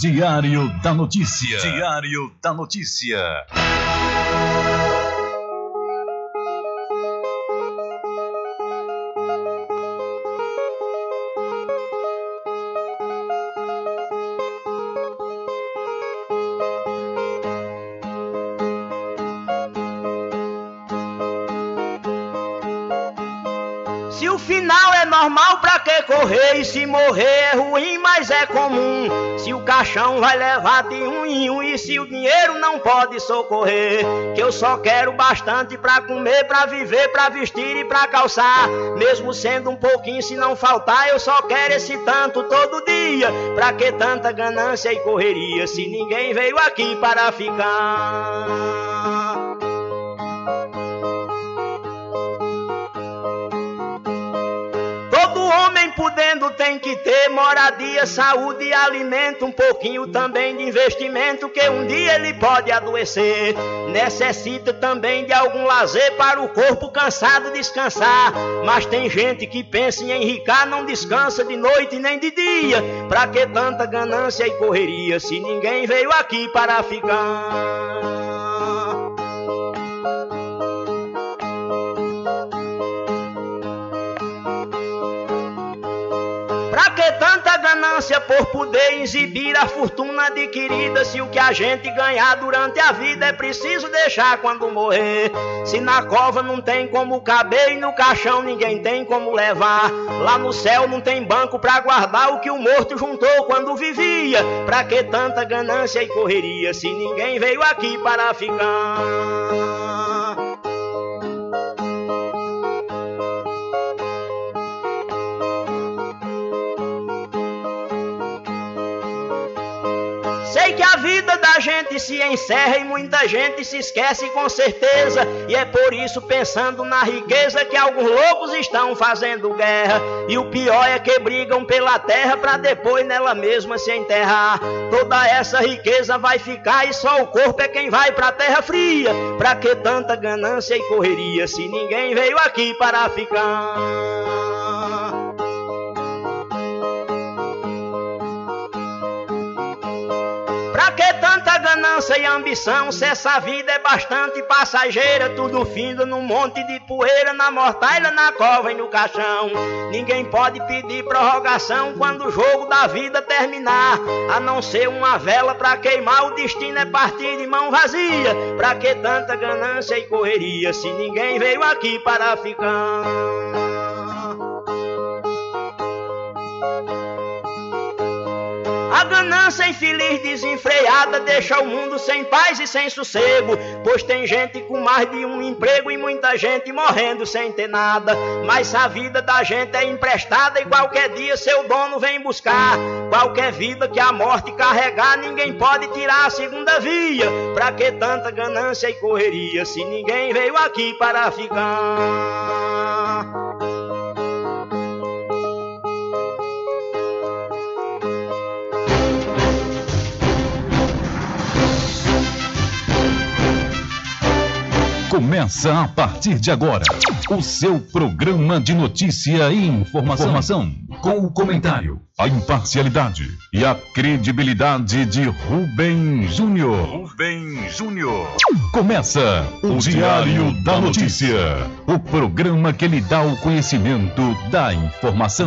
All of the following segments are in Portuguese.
Diário da Notícia. Diário da Notícia. Se o final é normal, pra que correr? E se morrer é ruim, mas é comum. Se o caixão vai levar de um em um, e se o dinheiro não pode socorrer, que eu só quero bastante pra comer, pra viver, pra vestir e pra calçar. Mesmo sendo um pouquinho, se não faltar, eu só quero esse tanto todo dia. Pra que tanta ganância e correria, se ninguém veio aqui para ficar? Homem podendo tem que ter moradia, saúde e alimento, um pouquinho também de investimento, que um dia ele pode adoecer. Necessita também de algum lazer para o corpo cansado descansar. Mas tem gente que pensa em enricar, não descansa de noite nem de dia. Pra que tanta ganância e correria, se ninguém veio aqui para ficar? Pra que tanta ganância por poder exibir a fortuna adquirida, se o que a gente ganhar durante a vida é preciso deixar quando morrer? Se na cova não tem como caber e no caixão ninguém tem como levar, lá no céu não tem banco pra guardar o que o morto juntou quando vivia. Pra que tanta ganância e correria, se ninguém veio aqui para ficar? Sei que a vida da gente se encerra e muita gente se esquece com certeza. E é por isso, pensando na riqueza, que alguns loucos estão fazendo guerra. E o pior é que brigam pela terra pra depois nela mesma se enterrar. Toda essa riqueza vai ficar e só o corpo é quem vai pra terra fria. Pra que tanta ganância e correria, se ninguém veio aqui para ficar? Pra que tanta ganância e ambição, se essa vida é bastante passageira? Tudo finda num monte de poeira, na mortalha, na cova e no caixão. Ninguém pode pedir prorrogação quando o jogo da vida terminar, a não ser uma vela pra queimar. O destino é partir de mão vazia. Pra que tanta ganância e correria, se ninguém veio aqui para ficar? A ganância infeliz desenfreada deixa o mundo sem paz e sem sossego, pois tem gente com mais de um emprego e muita gente morrendo sem ter nada. Mas a vida da gente é emprestada e qualquer dia seu dono vem buscar. Qualquer vida que a morte carregar, ninguém pode tirar a segunda via. Pra que tanta ganância e correria, se ninguém veio aqui para ficar? Começa a partir de agora o seu programa de notícia e informação com o comentário, a imparcialidade e a credibilidade de Rubem Júnior. Começa o Diário da Notícia, o programa que lhe dá o conhecimento da informação.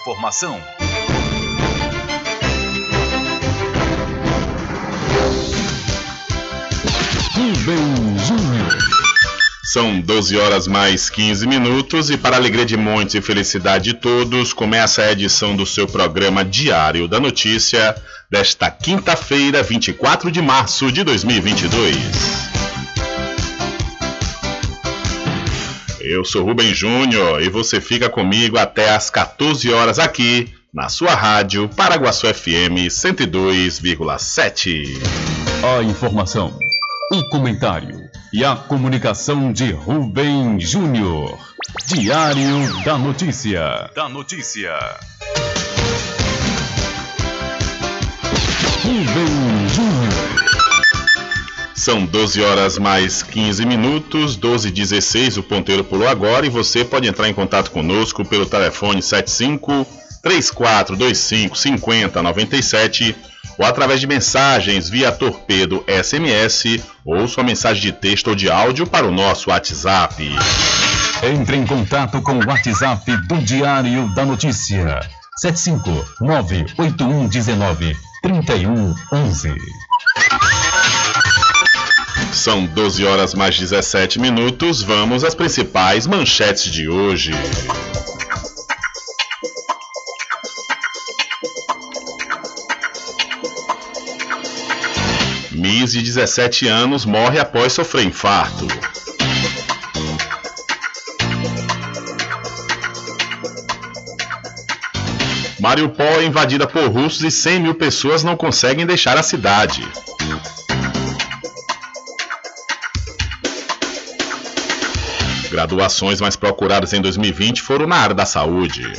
Rubem Júnior. São 12 horas mais 15 minutos e, para a alegria de muitos e felicidade de todos, começa a edição do seu programa Diário da Notícia desta quinta-feira, 24 de março de 2022. Eu sou Rubem Júnior e você fica comigo até às 14 horas aqui na sua rádio Paraguaçu FM 102,7. A informação, o comentário e a comunicação de Rubem Júnior. Diário da Notícia. Rubem Júnior. São 12 horas mais 15 minutos, 12h16, o ponteiro pulou agora e você pode entrar em contato conosco pelo telefone 3425-5097 ou através de mensagens via torpedo SMS ou sua mensagem de texto ou de áudio para o nosso WhatsApp. Entre em contato com o WhatsApp do Diário da Notícia. 759-8119-3111. São 12 horas mais 17 minutos. Vamos às principais manchetes de hoje. Miss, de 17 anos, morre após sofrer infarto. Mariupol é invadida por russos e 100 mil pessoas não conseguem deixar a cidade. Graduações mais procuradas em 2020 foram na área da saúde.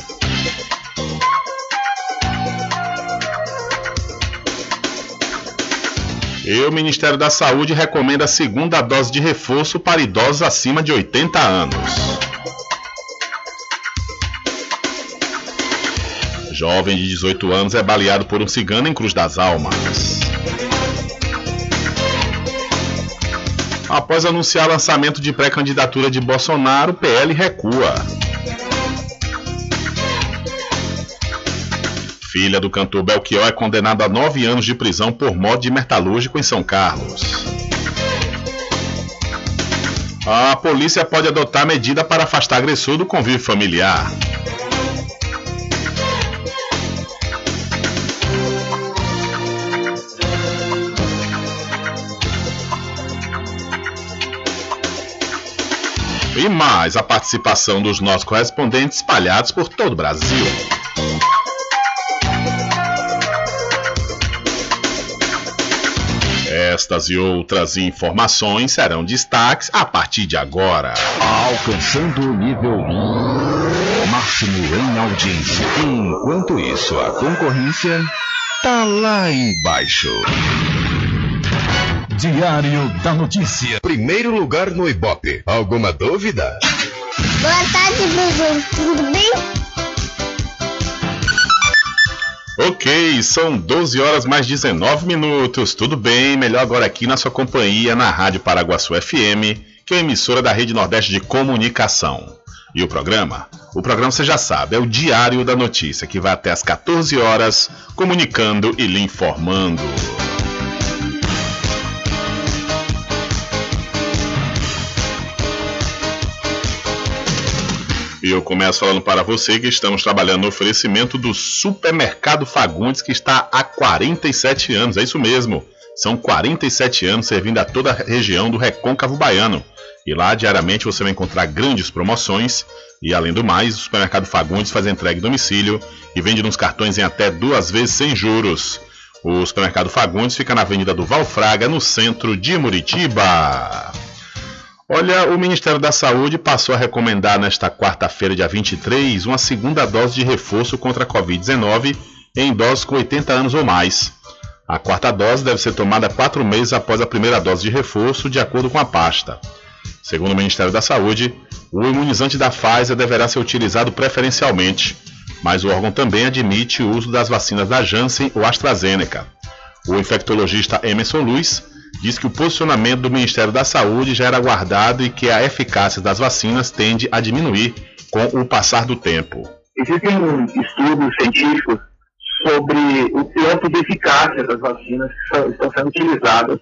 E o Ministério da Saúde recomenda a segunda dose de reforço para idosos acima de 80 anos. Jovem de 18 anos é baleado por um cigano em Cruz das Almas. Após anunciar lançamento de pré-candidatura de Bolsonaro, o PL recua. Filha do cantor Belchior é condenada a 9 anos de prisão por morte de metalúrgico em São Carlos. A polícia pode adotar medida para afastar agressor do convívio familiar. E mais a participação dos nossos correspondentes espalhados por todo o Brasil. Estas e outras informações serão destaques a partir de agora. Alcançando o nível máximo em audiência. Enquanto isso, a concorrência tá lá embaixo. Diário da Notícia. Primeiro lugar no Ibope. Alguma dúvida? Boa tarde, Bruno. Tudo bem? Ok, são 12 horas mais 19 minutos. Tudo bem? Melhor agora aqui na sua companhia, na Rádio Paraguaçu FM, que é a emissora da Rede Nordeste de Comunicação. E o programa? O programa você já sabe, é o Diário da Notícia, que vai até às 14 horas, comunicando e lhe informando. E eu começo falando para você que estamos trabalhando no oferecimento do Supermercado Fagundes, que está há 47 anos, é isso mesmo. São 47 anos servindo a toda a região do Recôncavo Baiano. E lá diariamente você vai encontrar grandes promoções. E além do mais, o Supermercado Fagundes faz entrega em domicílio e vende nos cartões em até 2 vezes sem juros. O Supermercado Fagundes fica na Avenida do Valfraga, no centro de Muritiba. Olha, o Ministério da Saúde passou a recomendar nesta quarta-feira, dia 23, uma segunda dose de reforço contra a Covid-19 em idosos com 80 anos ou mais. A quarta dose deve ser tomada 4 meses após a primeira dose de reforço, de acordo com a pasta. Segundo o Ministério da Saúde, o imunizante da Pfizer deverá ser utilizado preferencialmente, mas o órgão também admite o uso das vacinas da Janssen ou AstraZeneca. O infectologista Emerson Luiz diz que o posicionamento do Ministério da Saúde já era aguardado e que a eficácia das vacinas tende a diminuir com o passar do tempo. Existem estudos científicos sobre o tempo de eficácia das vacinas que estão sendo utilizadas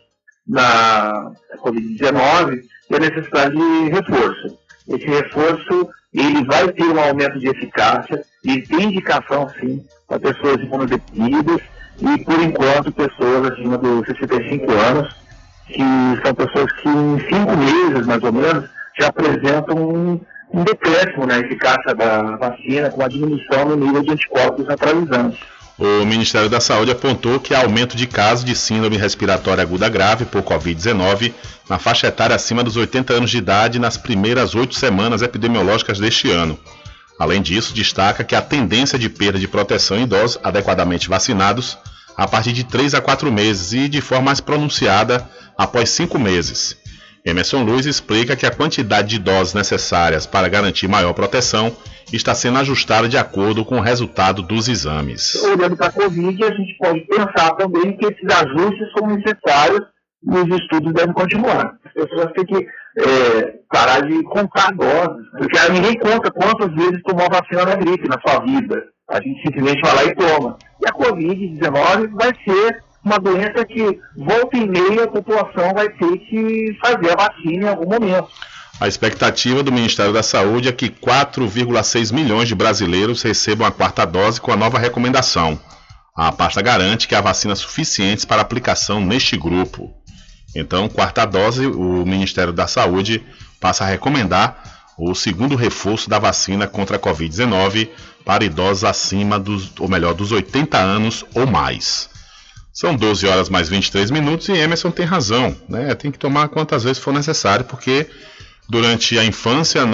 na Covid-19 e a necessidade de reforço. Esse reforço ele vai ter um aumento de eficácia e tem indicação, sim, para pessoas imunodeprimidas e, por enquanto, pessoas acima dos 65 anos, que são pessoas que em 5 meses, mais ou menos, já apresentam um decréscimo na eficácia da vacina, com a diminuição no nível de anticorpos neutralizantes. O Ministério da Saúde apontou que há aumento de casos de síndrome respiratória aguda grave por Covid-19 na faixa etária acima dos 80 anos de idade nas primeiras 8 semanas epidemiológicas deste ano. Além disso, destaca que a tendência de perda de proteção em idosos adequadamente vacinados a partir de 3 a 4 meses e de forma mais pronunciada após 5 meses. Emerson Luiz explica que a quantidade de doses necessárias para garantir maior proteção está sendo ajustada de acordo com o resultado dos exames. Olhando para a Covid, a gente pode pensar também que esses ajustes são necessários e os estudos devem continuar. As pessoas têm que parar de contar doses, porque ninguém conta quantas vezes tomou a vacina da gripe na sua vida. A gente simplesmente vai lá e toma. E a Covid-19 vai ser uma doença que, volta e meia, a população vai ter que fazer a vacina em algum momento. A expectativa do Ministério da Saúde é que 4,6 milhões de brasileiros recebam a 4ª dose com a nova recomendação. A pasta garante que há vacinas suficientes para aplicação neste grupo. Então, 4ª dose, o Ministério da Saúde passa a recomendar o 2º reforço da vacina contra a Covid-19 para idosos acima dos 80 anos ou mais. São 12 horas mais 23 minutos e Emerson tem razão, né? Tem que tomar quantas vezes for necessário, porque durante a infância,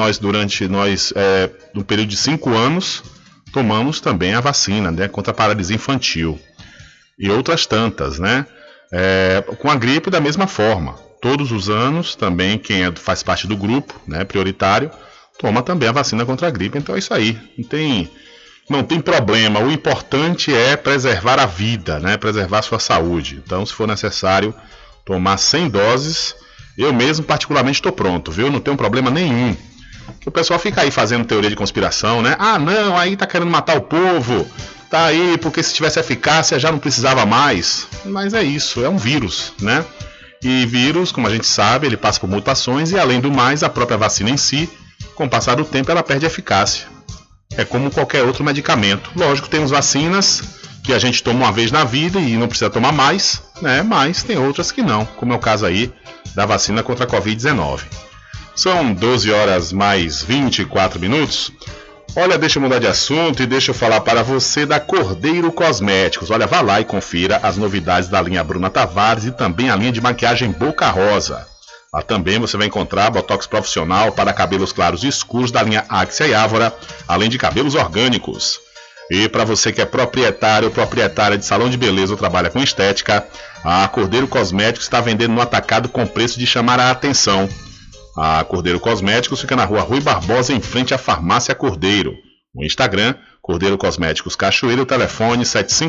no período de 5 anos, tomamos também a vacina, né, contra a paralisia infantil. E outras tantas, né? Com a gripe da mesma forma. Todos os anos, também quem faz parte do grupo, né, prioritário, toma também a vacina contra a gripe. Então é isso aí, não tem problema. O importante é preservar a vida, né, preservar a sua saúde. Então, se for necessário tomar 100 doses, eu mesmo particularmente estou pronto, viu? Não tenho problema nenhum. Que o pessoal fica aí fazendo teoria de conspiração, né? Ah, não, aí tá querendo matar o povo. Tá aí, porque se tivesse eficácia já não precisava mais. Mas é isso, é um vírus, né? E vírus, como a gente sabe, ele passa por mutações e, além do mais, a própria vacina em si, com o passar do tempo, ela perde eficácia. É como qualquer outro medicamento. Lógico, temos vacinas que a gente toma uma vez na vida e não precisa tomar mais, né? Mas tem outras que não, como é o caso aí da vacina contra a Covid-19. São 12 horas mais 24 minutos. Olha, deixa eu mudar de assunto e deixa eu falar para você da Cordeiro Cosméticos. Olha, vá lá e confira as novidades da linha Bruna Tavares e também a linha de maquiagem Boca Rosa. Lá também você vai encontrar botox profissional para cabelos claros e escuros da linha Axia e Ávora, além de cabelos orgânicos. E para você que é proprietário ou proprietária de salão de beleza ou trabalha com estética, a Cordeiro Cosméticos está vendendo no atacado com preço de chamar a atenção. A Cordeiro Cosméticos fica na rua Rui Barbosa, em frente à Farmácia Cordeiro. O Instagram, Cordeiro Cosméticos Cachoeira, o telefone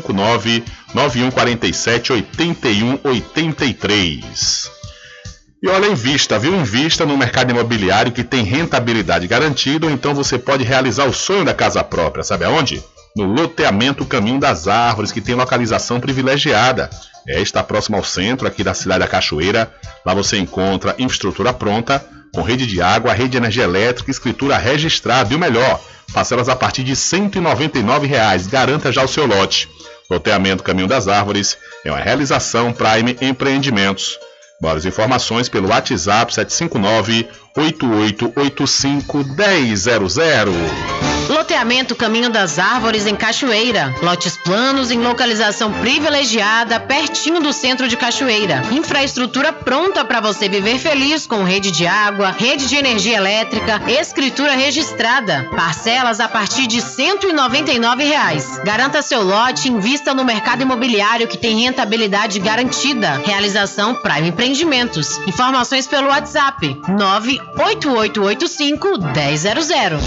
759-9147-8183. E olha, invista no mercado imobiliário que tem rentabilidade garantida, ou então você pode realizar o sonho da casa própria. Sabe aonde? No loteamento Caminho das Árvores, que tem localização privilegiada. Está próximo ao centro aqui da cidade da Cachoeira. Lá você encontra infraestrutura pronta, com rede de água, rede de energia elétrica, escritura registrada e o melhor, parcelas a partir de R$ 199,00. Garanta já o seu lote. Loteamento Caminho das Árvores é uma realização Prime Empreendimentos. Maiores informações pelo WhatsApp 759-8885-1000. Loteamento Caminho das Árvores, em Cachoeira. Lotes planos em localização privilegiada, pertinho do centro de Cachoeira. Infraestrutura pronta para você viver feliz, com rede de água, rede de energia elétrica, escritura registrada. Parcelas a partir de R$ 199,00. Garanta seu lote e invista no mercado imobiliário que tem rentabilidade garantida. Realização Prime Empreendimentos. Informações pelo WhatsApp 98885-1000.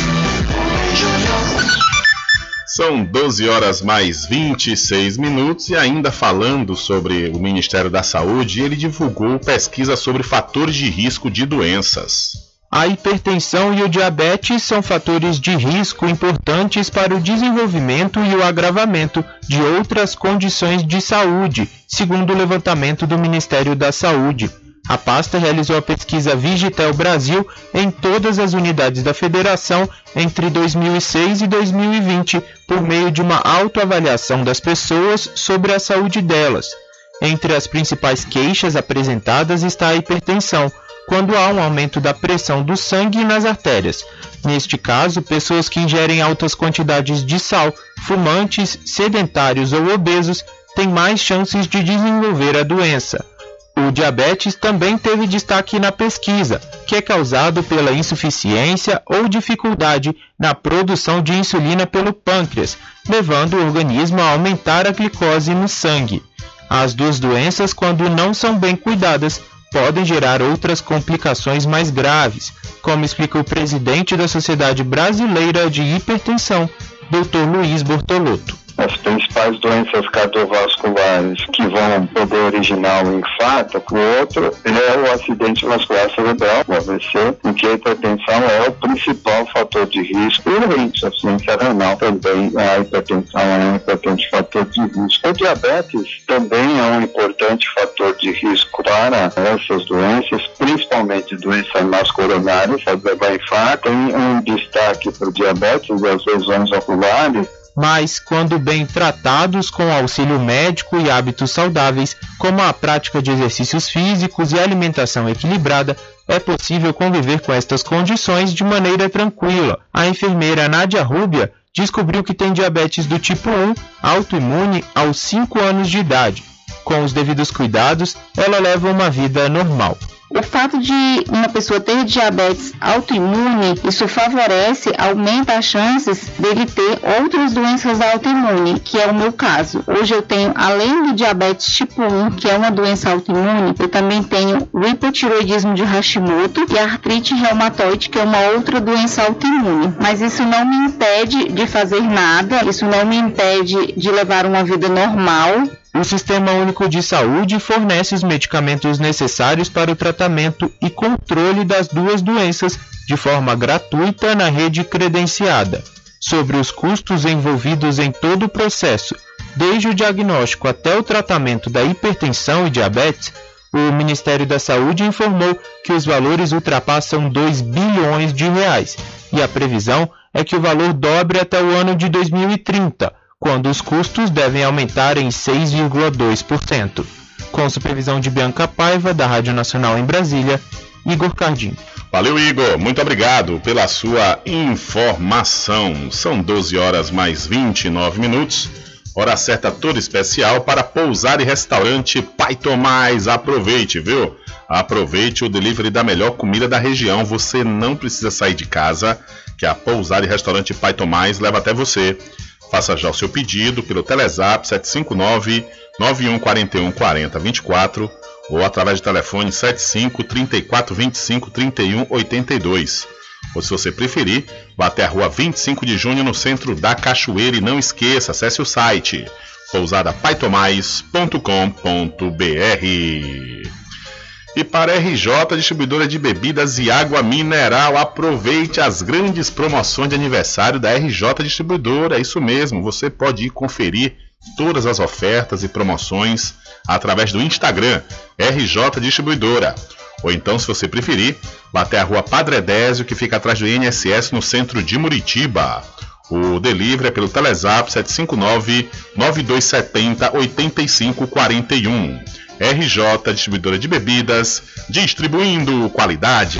São 12 horas mais 26 minutos e ainda falando sobre o Ministério da Saúde, ele divulgou pesquisa sobre fatores de risco de doenças. A hipertensão e o diabetes são fatores de risco importantes para o desenvolvimento e o agravamento de outras condições de saúde, segundo o levantamento do Ministério da Saúde. A pasta realizou a pesquisa Vigitel Brasil em todas as unidades da federação entre 2006 e 2020, por meio de uma autoavaliação das pessoas sobre a saúde delas. Entre as principais queixas apresentadas está a hipertensão, quando há um aumento da pressão do sangue nas artérias. Neste caso, pessoas que ingerem altas quantidades de sal, fumantes, sedentários ou obesos têm mais chances de desenvolver a doença. O diabetes também teve destaque na pesquisa, que é causado pela insuficiência ou dificuldade na produção de insulina pelo pâncreas, levando o organismo a aumentar a glicose no sangue. As duas doenças, quando não são bem cuidadas, podem gerar outras complicações mais graves, como explica o presidente da Sociedade Brasileira de Hipertensão, Dr. Luiz Bortolotto. As principais doenças cardiovasculares que vão poder originar um infarto, o outro é o acidente vascular cerebral, o AVC, em que a hipertensão é o principal fator de risco, e a insuficiência renal também, a hipertensão é um importante fator de risco. O diabetes também é um importante fator de risco para essas doenças, principalmente doenças mais coronárias, pode levar a infarto. Tem um destaque para o diabetes e as lesões oculares, mas quando bem tratados com auxílio médico e hábitos saudáveis, como a prática de exercícios físicos e alimentação equilibrada, é possível conviver com estas condições de maneira tranquila. A enfermeira Nádia Rúbia descobriu que tem diabetes do tipo 1 autoimune aos 5 anos de idade. Com os devidos cuidados, ela leva uma vida normal. O fato de uma pessoa ter diabetes autoimune, isso favorece, aumenta as chances dele ter outras doenças autoimunes, que é o meu caso. Hoje eu tenho, além do diabetes tipo 1, que é uma doença autoimune, eu também tenho o hipotireoidismo de Hashimoto e a artrite reumatoide, que é uma outra doença autoimune. Mas isso não me impede de fazer nada, isso não me impede de levar uma vida normal. O Sistema Único de Saúde fornece os medicamentos necessários para o tratamento e controle das duas doenças de forma gratuita na rede credenciada. Sobre os custos envolvidos em todo o processo, desde o diagnóstico até o tratamento da hipertensão e diabetes, o Ministério da Saúde informou que os valores ultrapassam 2 bilhões de reais e a previsão é que o valor dobre até o ano de 2030, quando os custos devem aumentar em 6,2%. Com supervisão de Bianca Paiva, da Rádio Nacional em Brasília, Igor Cardim. Valeu, Igor. Muito obrigado pela sua informação. São 12 horas mais 29 minutos. Hora certa toda especial para Pousar e Restaurante Pai Tomás. Aproveite, viu? Aproveite o delivery da melhor comida da região. Você não precisa sair de casa, que a Pousar e Restaurante Pai Tomás leva até você. Faça já o seu pedido pelo Telezap 759-9141-4024 ou através do telefone 75-3425-3182. Ou se você preferir, vá até a rua 25 de junho no centro da Cachoeira e não esqueça, acesse o site pousadapaitomais.com.br. E para a RJ Distribuidora de Bebidas e Água Mineral, aproveite as grandes promoções de aniversário da RJ Distribuidora. É isso mesmo, você pode ir conferir todas as ofertas e promoções através do Instagram RJ Distribuidora. Ou então, se você preferir, vá até a rua Padre Edésio, que fica atrás do INSS no centro de Muritiba. O delivery é pelo Telezap 759-9270-8541. RJ Distribuidora de Bebidas, distribuindo qualidade.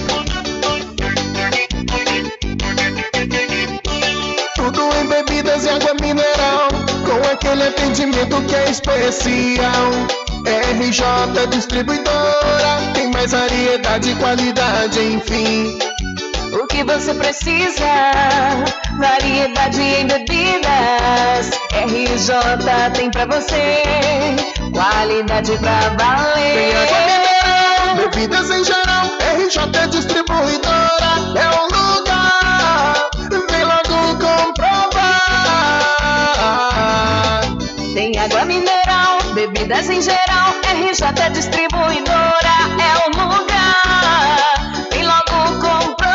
Tudo em bebidas e água mineral, com aquele atendimento que é especial. RJ Distribuidora, tem mais variedade e qualidade, enfim. O que você precisa, variedade em bebidas, RJ tem pra você, qualidade pra valer. Tem água mineral, bebidas em geral, RJ Distribuidora é o lugar, vem logo comprovar. Tem água mineral, bebidas em geral, RJ Distribuidora é o lugar, vem logo comprovar.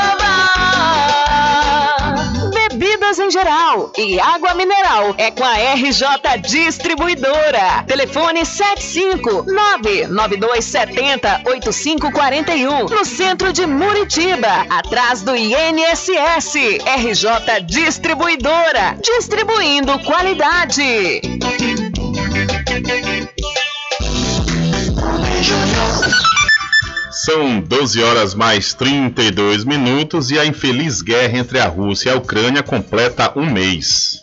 Bebidas em geral e água mineral é com a RJ Distribuidora. Telefone 759-9270-8541, no centro de Muritiba, atrás do INSS. RJ Distribuidora, distribuindo qualidade. São 12 horas mais 32 minutos e a infeliz guerra entre a Rússia e a Ucrânia completa um mês. No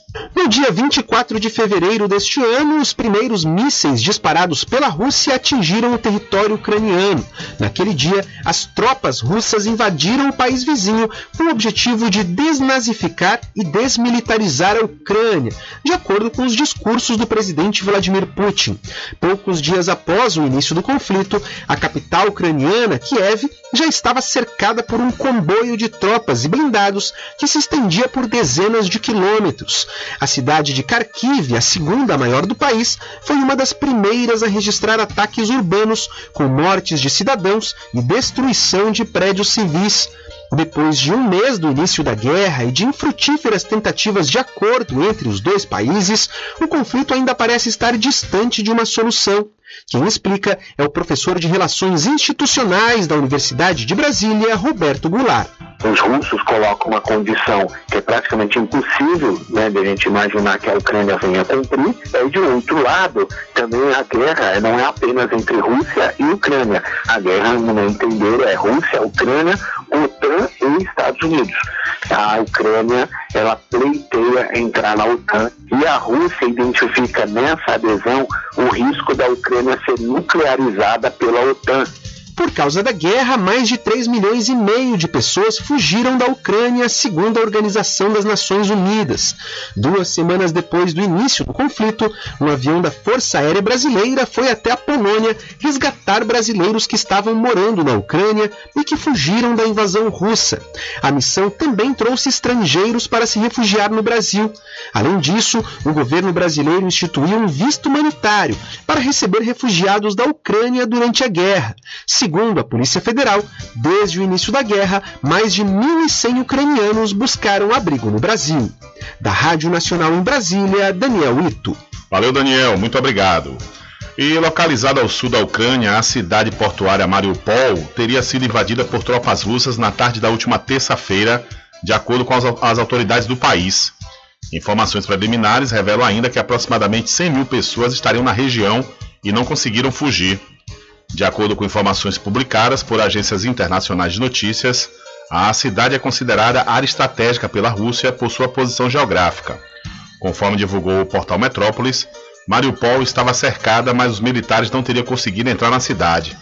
No dia 24 de fevereiro deste ano, os primeiros mísseis disparados pela Rússia atingiram o território ucraniano. Naquele dia, as tropas russas invadiram o país vizinho com o objetivo de desnazificar e desmilitarizar a Ucrânia, de acordo com os discursos do presidente Vladimir Putin. Poucos dias após o início do conflito, a capital ucraniana, Kiev, já estava cercada por um comboio de tropas e blindados que se estendia por dezenas de quilômetros. A cidade de Kharkiv, a segunda maior do país, foi uma das primeiras a registrar ataques urbanos, com mortes de cidadãos e destruição de prédios civis. Depois de um mês do início da guerra e de infrutíferas tentativas de acordo entre os dois países, o conflito ainda parece estar distante de uma solução. Quem explica é o professor de Relações Institucionais da Universidade de Brasília, Roberto Goulart. Os russos colocam uma condição que é praticamente impossível, né, de a gente imaginar que a Ucrânia venha a cumprir. E de outro lado, também a guerra não é apenas entre Rússia e Ucrânia. A guerra, no meu entender, é Rússia, Ucrânia, OTAN e Estados Unidos. A Ucrânia, ela pleiteia entrar na OTAN e a Rússia identifica nessa adesão o risco da Ucrânia ser nuclearizada pela OTAN. Por causa da guerra, mais de 3,5 milhões de pessoas fugiram da Ucrânia, segundo a Organização das Nações Unidas. 2 semanas depois do início do conflito, um avião da Força Aérea Brasileira foi até a Polônia resgatar brasileiros que estavam morando na Ucrânia e que fugiram da invasão russa. A missão também trouxe estrangeiros para se refugiar no Brasil. Além disso, o governo brasileiro instituiu um visto humanitário para receber refugiados da Ucrânia durante a guerra. Segundo a Polícia Federal, desde o início da guerra, mais de 1.100 ucranianos buscaram abrigo no Brasil. Da Rádio Nacional em Brasília, Daniel Ito. Valeu, Daniel, muito obrigado. E localizada ao sul da Ucrânia, a cidade portuária Mariupol teria sido invadida por tropas russas na tarde da última terça-feira, de acordo com as autoridades do país. Informações preliminares revelam ainda que aproximadamente 100 mil pessoas estariam na região e não conseguiram fugir. De acordo com informações publicadas por agências internacionais de notícias, a cidade é considerada área estratégica pela Rússia por sua posição geográfica. Conforme divulgou o portal Metrópolis, Mariupol estava cercada, mas os militares não teriam conseguido entrar na cidade.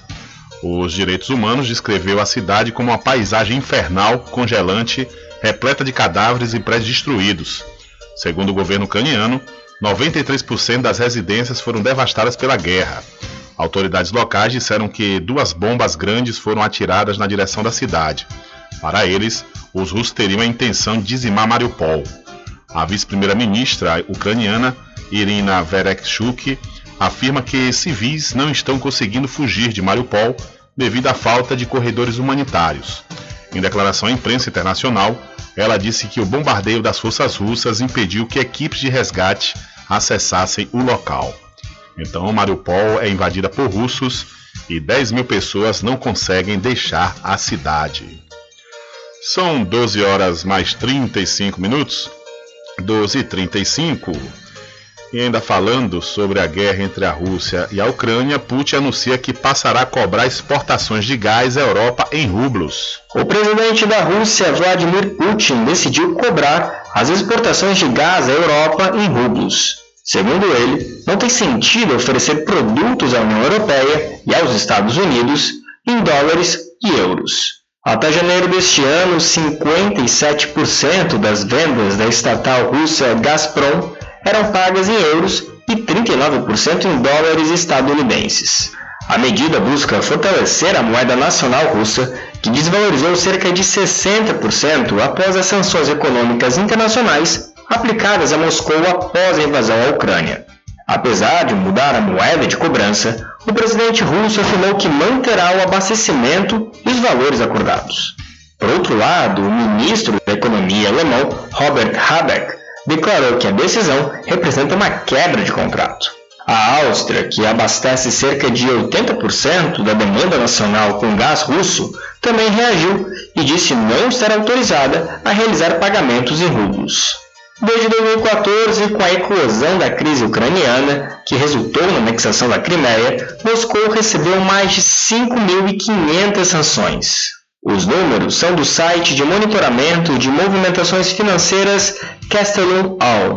Os Direitos Humanos descreveu a cidade como uma paisagem infernal, congelante, repleta de cadáveres e prédios destruídos. Segundo o governo ucraniano, 93% das residências foram devastadas pela guerra. Autoridades locais disseram que 2 bombas grandes foram atiradas na direção da cidade. Para eles, os russos teriam a intenção de dizimar Mariupol. A vice-primeira-ministra ucraniana, Irina Vereshchuk, afirma que civis não estão conseguindo fugir de Mariupol devido à falta de corredores humanitários. Em declaração à imprensa internacional, ela disse que o bombardeio das forças russas impediu que equipes de resgate acessassem o local. Então, Mariupol é invadida por russos e 10 mil pessoas não conseguem deixar a cidade. São 12 horas mais 35 minutos, 12h35. E ainda falando sobre a guerra entre a Rússia e a Ucrânia, Putin anuncia que passará a cobrar exportações de gás à Europa em rublos. O presidente da Rússia, Vladimir Putin, decidiu cobrar as exportações de gás à Europa em rublos. Segundo ele, não tem sentido oferecer produtos à União Europeia e aos Estados Unidos em dólares e euros. Até janeiro deste ano, 57% das vendas da estatal russa Gazprom eram pagas em euros e 39% em dólares estadunidenses. A medida busca fortalecer a moeda nacional russa, que desvalorizou cerca de 60% após as sanções econômicas internacionais aplicadas a Moscou após a invasão à Ucrânia. Apesar de mudar a moeda de cobrança, o presidente russo afirmou que manterá o abastecimento e os valores acordados. Por outro lado, o ministro da Economia alemão, Robert Habeck, declarou que a decisão representa uma quebra de contrato. A Áustria, que abastece cerca de 80% da demanda nacional com gás russo, também reagiu e disse não estar autorizada a realizar pagamentos em rublos. Desde 2014, com a eclosão da crise ucraniana, que resultou na anexação da Crimeia, Moscou recebeu mais de 5.500 sanções. Os números são do site de monitoramento de movimentações financeiras Castellum All.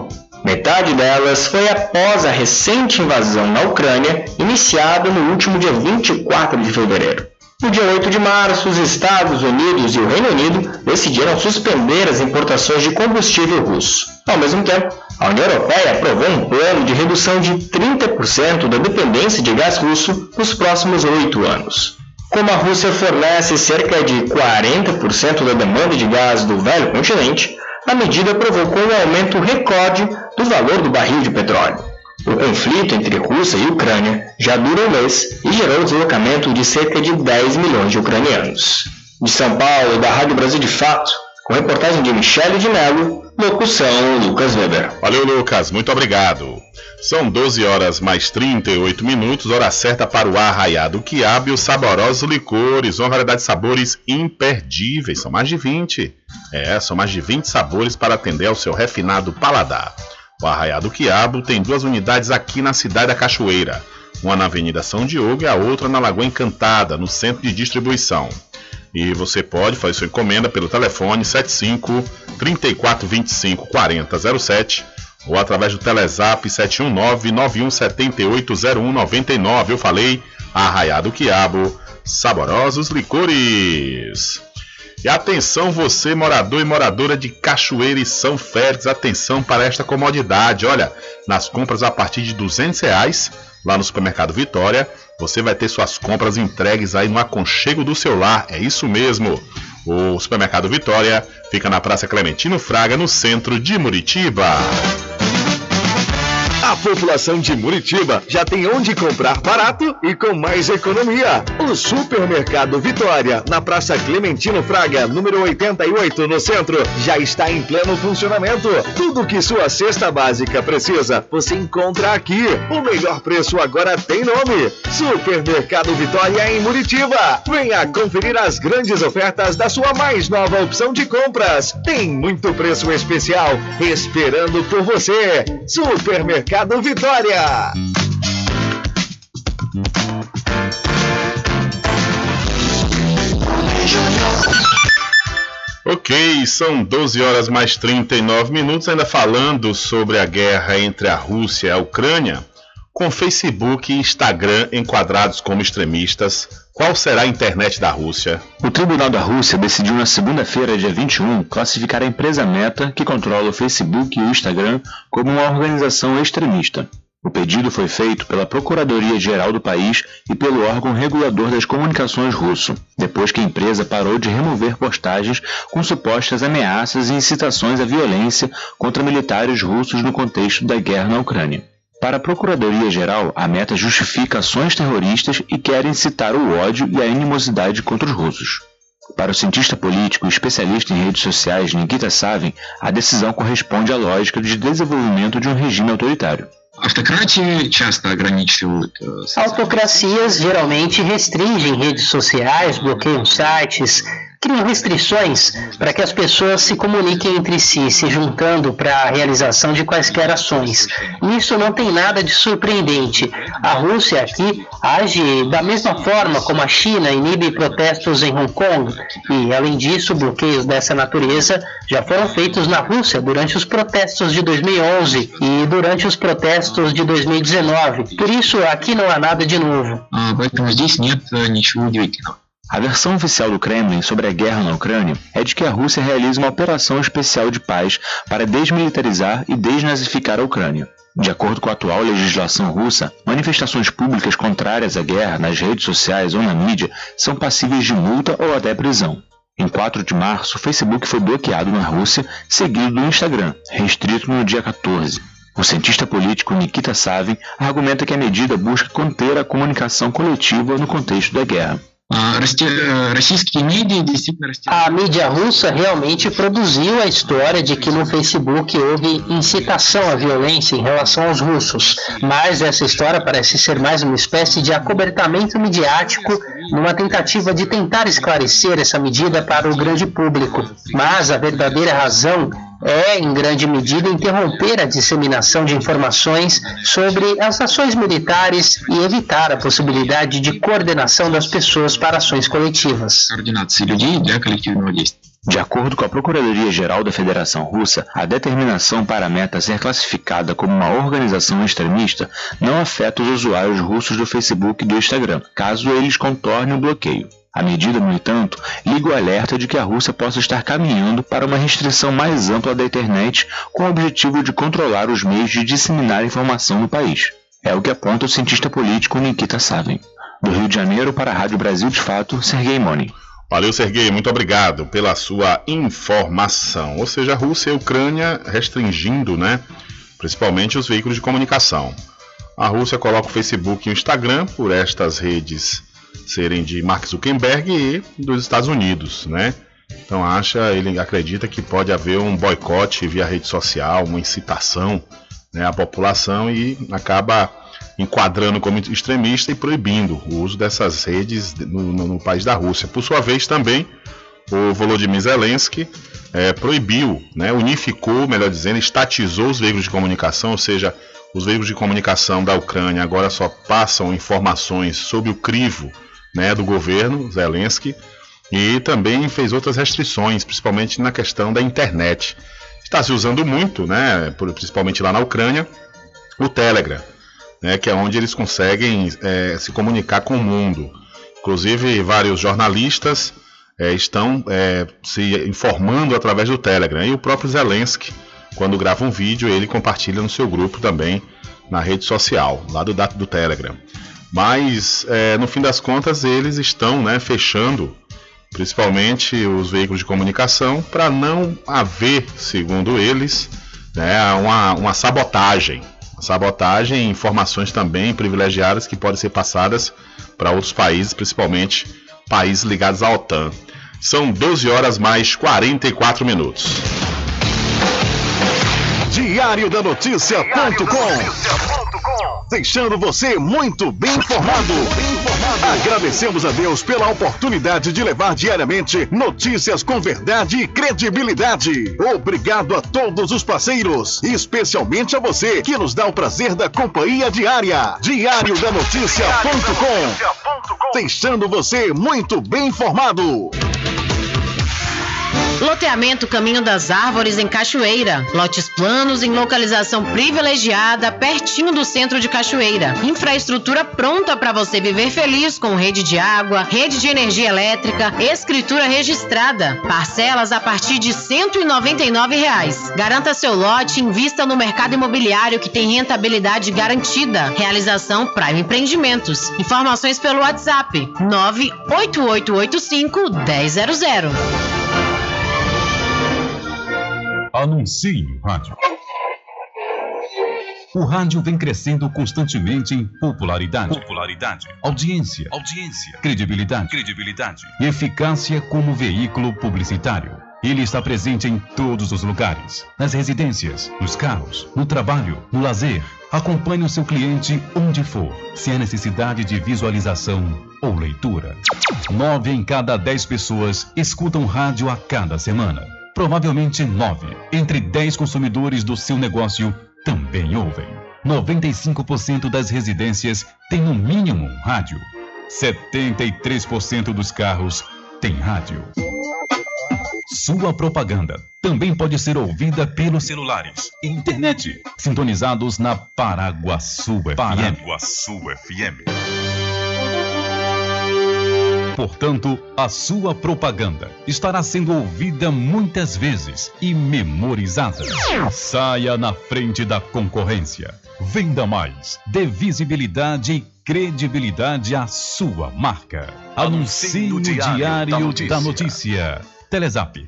Metade delas foi após a recente invasão na Ucrânia, iniciada no último dia 24 de fevereiro. No dia 8 de março, os Estados Unidos e o Reino Unido decidiram suspender as importações de combustível russo. Ao mesmo tempo, a União Europeia aprovou um plano de redução de 30% da dependência de gás russo nos próximos 8 anos. Como a Rússia fornece cerca de 40% da demanda de gás do velho continente, a medida provocou um aumento recorde do valor do barril de petróleo. O conflito entre Rússia e Ucrânia já dura um mês e gerou o deslocamento de cerca de 10 milhões de ucranianos. De São Paulo, da Rádio Brasil de Fato, com reportagem de Michele de Mello, locução Lucas Weber. Valeu, Lucas, muito obrigado. São 12 horas mais 38 minutos, hora certa para o Arraiado Quiabo e os saborosos licores, uma variedade de sabores imperdíveis, são mais de 20. São mais de 20 sabores para atender ao seu refinado paladar. O Arraiado Quiabo tem 2 unidades aqui na cidade da Cachoeira, uma na Avenida São Diogo e a outra na Lagoa Encantada, no centro de distribuição. E você pode fazer sua encomenda pelo telefone 75 3425 4007 ou através do Telezap 719 91780199. Eu falei Arraiado Quiabo, saborosos licores. E atenção você, morador e moradora de Cachoeira e São Félix, atenção para esta comodidade. Olha, nas compras a partir de R$200 lá no Supermercado Vitória, você vai ter suas compras entregues aí no aconchego do seu lar. É isso mesmo. O Supermercado Vitória fica na Praça Clementino Fraga, no centro de Muritiba. A população de Muritiba já tem onde comprar barato e com mais economia. O Supermercado Vitória, na Praça Clementino Fraga, número 88, no centro, já está em pleno funcionamento. Tudo que sua cesta básica precisa, você encontra aqui. O melhor preço agora tem nome: Supermercado Vitória em Muritiba. Venha conferir as grandes ofertas da sua mais nova opção de compras. Tem muito preço especial esperando por você. Supermercado Vitória. Ok, são 12 horas mais 39 minutos, ainda falando sobre a guerra entre a Rússia e a Ucrânia. Com Facebook e Instagram enquadrados como extremistas, qual será a internet da Rússia? O Tribunal da Rússia decidiu na segunda-feira, dia 21, classificar a empresa Meta, que controla o Facebook e o Instagram, como uma organização extremista. O pedido foi feito pela Procuradoria-Geral do país e pelo órgão regulador das comunicações russo, depois que a empresa parou de remover postagens com supostas ameaças e incitações à violência contra militares russos no contexto da guerra na Ucrânia. Para a Procuradoria-Geral, a Meta justifica ações terroristas e quer incitar o ódio e a animosidade contra os russos. Para o cientista político e especialista em redes sociais Nikita Savin, a decisão corresponde à lógica de desenvolvimento de um regime autoritário. Autocracias geralmente restringem redes sociais, bloqueiam sites, criam restrições para que as pessoas se comuniquem entre si, se juntando para a realização de quaisquer ações. Nisso não tem nada de surpreendente. A Rússia aqui age da mesma forma como a China inibe protestos em Hong Kong. E, além disso, bloqueios dessa natureza já foram feitos na Rússia durante os protestos de 2011 e durante os protestos de 2019. Por isso, aqui não há nada de novo. A versão oficial do Kremlin sobre a guerra na Ucrânia é de que a Rússia realiza uma operação especial de paz para desmilitarizar e desnazificar a Ucrânia. De acordo com a atual legislação russa, manifestações públicas contrárias à guerra nas redes sociais ou na mídia são passíveis de multa ou até prisão. Em 4 de março, o Facebook foi bloqueado na Rússia, seguido do Instagram, restrito no dia 14. O cientista político Nikita Savin argumenta que a medida busca conter a comunicação coletiva no contexto da guerra. A mídia russa realmente produziu a história de que no Facebook houve incitação à violência em relação aos russos, mas essa história parece ser mais uma espécie de acobertamento midiático numa tentativa de tentar esclarecer essa medida para o grande público. Mas a verdadeira razão é, em grande medida, interromper a disseminação de informações sobre as ações militares e evitar a possibilidade de coordenação das pessoas para ações coletivas. De acordo com a Procuradoria-Geral da Federação Russa, a determinação para a meta ser classificada como uma organização extremista não afeta os usuários russos do Facebook e do Instagram, caso eles contornem o bloqueio. A medida, no entanto, liga o alerta de que a Rússia possa estar caminhando para uma restrição mais ampla da internet com o objetivo de controlar os meios de disseminar informação no país. É o que aponta o cientista político Nikita Savin. Do Rio de Janeiro para a Rádio Brasil de Fato, Sergei Moni. Valeu, Sergei, muito obrigado pela sua informação. Ou seja, a Rússia e a Ucrânia restringindo, principalmente os veículos de comunicação. A Rússia coloca o Facebook e o Instagram por estas redes serem de Mark Zuckerberg e dos Estados Unidos, Então ele acredita que pode haver um boicote via rede social, uma incitação à população e acaba enquadrando como extremista e proibindo o uso dessas redes no país da Rússia. Por sua vez, também, o Volodymyr Zelensky proibiu, unificou, melhor dizendo, estatizou os veículos de comunicação, ou seja, os veículos de comunicação da Ucrânia agora só passam informações sobre o crivo do governo Zelensky, e também fez outras restrições, principalmente na questão da internet. Está se usando muito, principalmente lá na Ucrânia, o Telegram, que é onde eles conseguem se comunicar com o mundo. Inclusive, vários jornalistas estão se informando através do Telegram. E o próprio Zelensky, quando grava um vídeo, ele compartilha no seu grupo também, na rede social, lá do Telegram. Mas, no fim das contas, eles estão fechando, principalmente os veículos de comunicação, para não haver, segundo eles, uma sabotagem. Sabotagem e informações também privilegiadas que podem ser passadas para outros países, principalmente países ligados à OTAN. São 12 horas mais 44 minutos. Diário da Notícia.com, deixando você muito bem informado. Agradecemos a Deus pela oportunidade de levar diariamente notícias com verdade e credibilidade. Obrigado a todos os parceiros, especialmente a você que nos dá o prazer da companhia diária. Diário da Notícia.com, deixando você muito bem informado. Loteamento Caminho das Árvores em Cachoeira. Lotes planos em localização privilegiada, pertinho do centro de Cachoeira. Infraestrutura pronta para você viver feliz com rede de água, rede de energia elétrica, escritura registrada. Parcelas a partir de R$ 199. Garanta seu lote e invista no mercado imobiliário que tem rentabilidade garantida. Realização Prime Empreendimentos. Informações pelo WhatsApp 98885-1000. Anuncie o rádio. O rádio vem crescendo constantemente em popularidade, audiência, credibilidade, e eficácia como veículo publicitário. Ele está presente em todos os lugares, nas residências, nos carros, no trabalho, no lazer. Acompanhe o seu cliente onde for, se há necessidade de visualização ou leitura. 9 em cada 10 pessoas escutam rádio a cada semana. Provavelmente 9 entre 10 consumidores do seu negócio também ouvem. 95% das residências têm no mínimo um rádio. 73% dos carros têm rádio. Sua propaganda também pode ser ouvida pelos celulares e internet, sintonizados na Paraguaçu FM. Portanto, a sua propaganda estará sendo ouvida muitas vezes e memorizada. Saia na frente da concorrência. Venda mais. Dê visibilidade e credibilidade à sua marca. Anuncie no Diário da Notícia. Telezap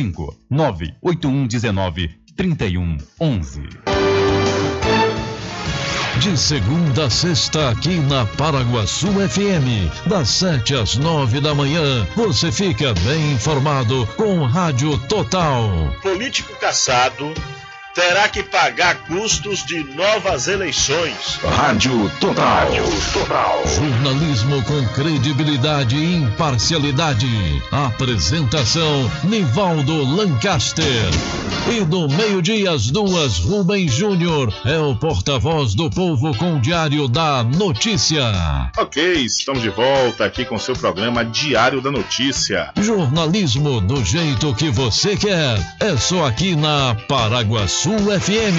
759-8119-3111. De segunda a sexta, aqui na Paraguaçu FM, das 7 às 9 da manhã, você fica bem informado com Rádio Total. Político cassado terá que pagar custos de novas eleições. Rádio Total. Jornalismo com credibilidade e imparcialidade. Apresentação Nivaldo Lancaster. E no meio-dia às 2, Rubens Júnior é o porta-voz do povo com o Diário da Notícia. Ok, estamos de volta aqui com seu programa Diário da Notícia. Jornalismo do jeito que você quer. É só aqui na Paraguaçu FM.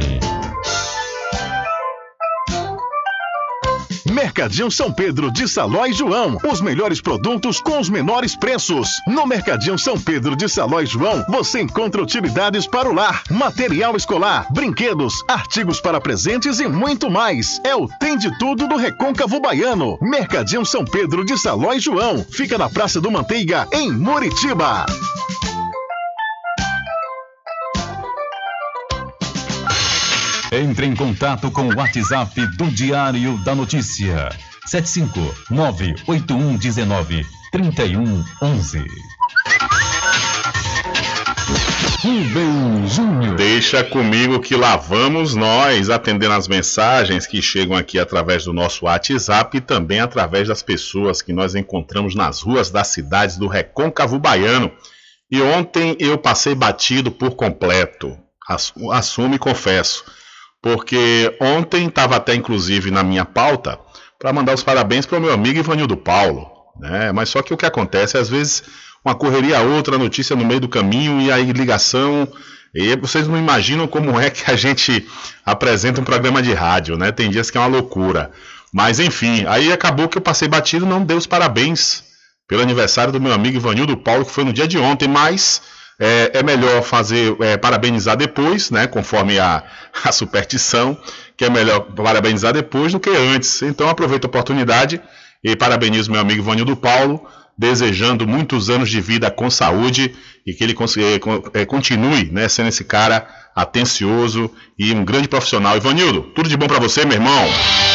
Mercadinho São Pedro de Saló e João. Os melhores produtos com os menores preços. No Mercadinho São Pedro de Saló e João, você encontra utilidades para o lar, material escolar, brinquedos, artigos para presentes e muito mais. É o Tem de Tudo do Recôncavo Baiano. Mercadinho São Pedro de Saló e João. Fica na Praça do Manteiga, em Muritiba. Entre em contato com o WhatsApp do Diário da Notícia. 759-8119-3111. Rubem Júnior. Deixa comigo que lá vamos nós, atendendo as mensagens que chegam aqui através do nosso WhatsApp e também através das pessoas que nós encontramos nas ruas das cidades do Recôncavo Baiano. E ontem eu passei batido por completo. Assumo e confesso. Porque ontem estava até inclusive na minha pauta para mandar os parabéns para o meu amigo Ivanildo Paulo, né? Mas só que o que acontece, às vezes, uma correria outra, notícia no meio do caminho e aí ligação, e vocês não imaginam como é que a gente apresenta um programa de rádio, né? Tem dias que é uma loucura. Mas enfim, aí acabou que eu passei batido, não dei os parabéns pelo aniversário do meu amigo Ivanildo Paulo, que foi no dia de ontem, mas... É melhor parabenizar depois, né? Conforme a superstição, que é melhor parabenizar depois do que antes. Então aproveito a oportunidade e parabenizo meu amigo Ivanildo Paulo, desejando muitos anos de vida com saúde e que ele continue, né, sendo esse cara atencioso e um grande profissional. Ivanildo, tudo de bom para você, meu irmão.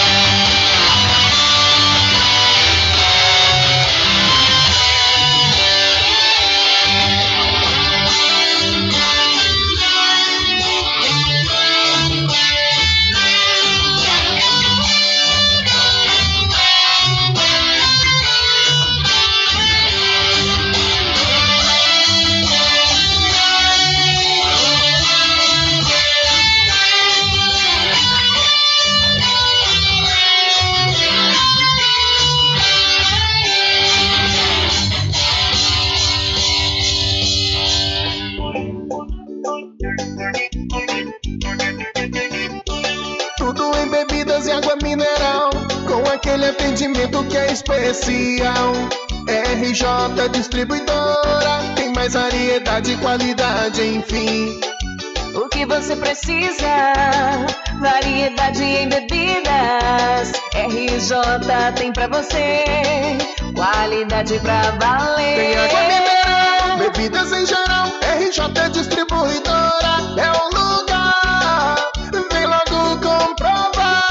Atendimento que é especial. RJ Distribuidora, tem mais variedade e qualidade, enfim. O que você precisa? Variedade em bebidas. RJ tem pra você. Qualidade pra valer. Tem água mineral, bebidas em geral. RJ Distribuidora é o lugar. Vem logo comprovar.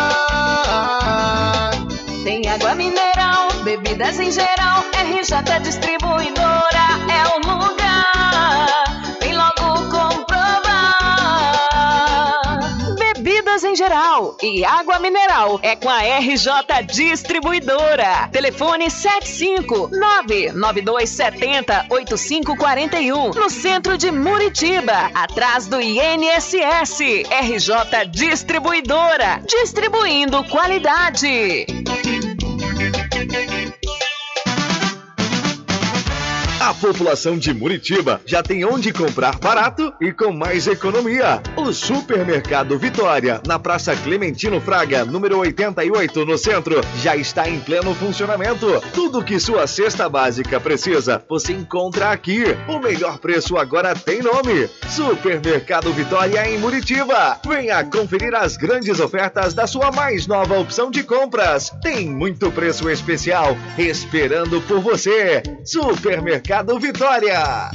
Tem água mineral, bebidas em geral, RJ Distribuidora é o lugar. Vem logo comprovar. Bebidas em geral e água mineral é com a RJ Distribuidora. Telefone 759-9270-8541, no centro de Muritiba, atrás do INSS. RJ Distribuidora, distribuindo qualidade. A população de Muritiba já tem onde comprar barato e com mais economia. O Supermercado Vitória, na Praça Clementino Fraga, número 88, no centro, já está em pleno funcionamento. Tudo que sua cesta básica precisa, você encontra aqui. O melhor preço agora tem nome: Supermercado Vitória em Muritiba. Venha conferir as grandes ofertas da sua mais nova opção de compras. Tem muito preço especial esperando por você. Supermercado Vitória.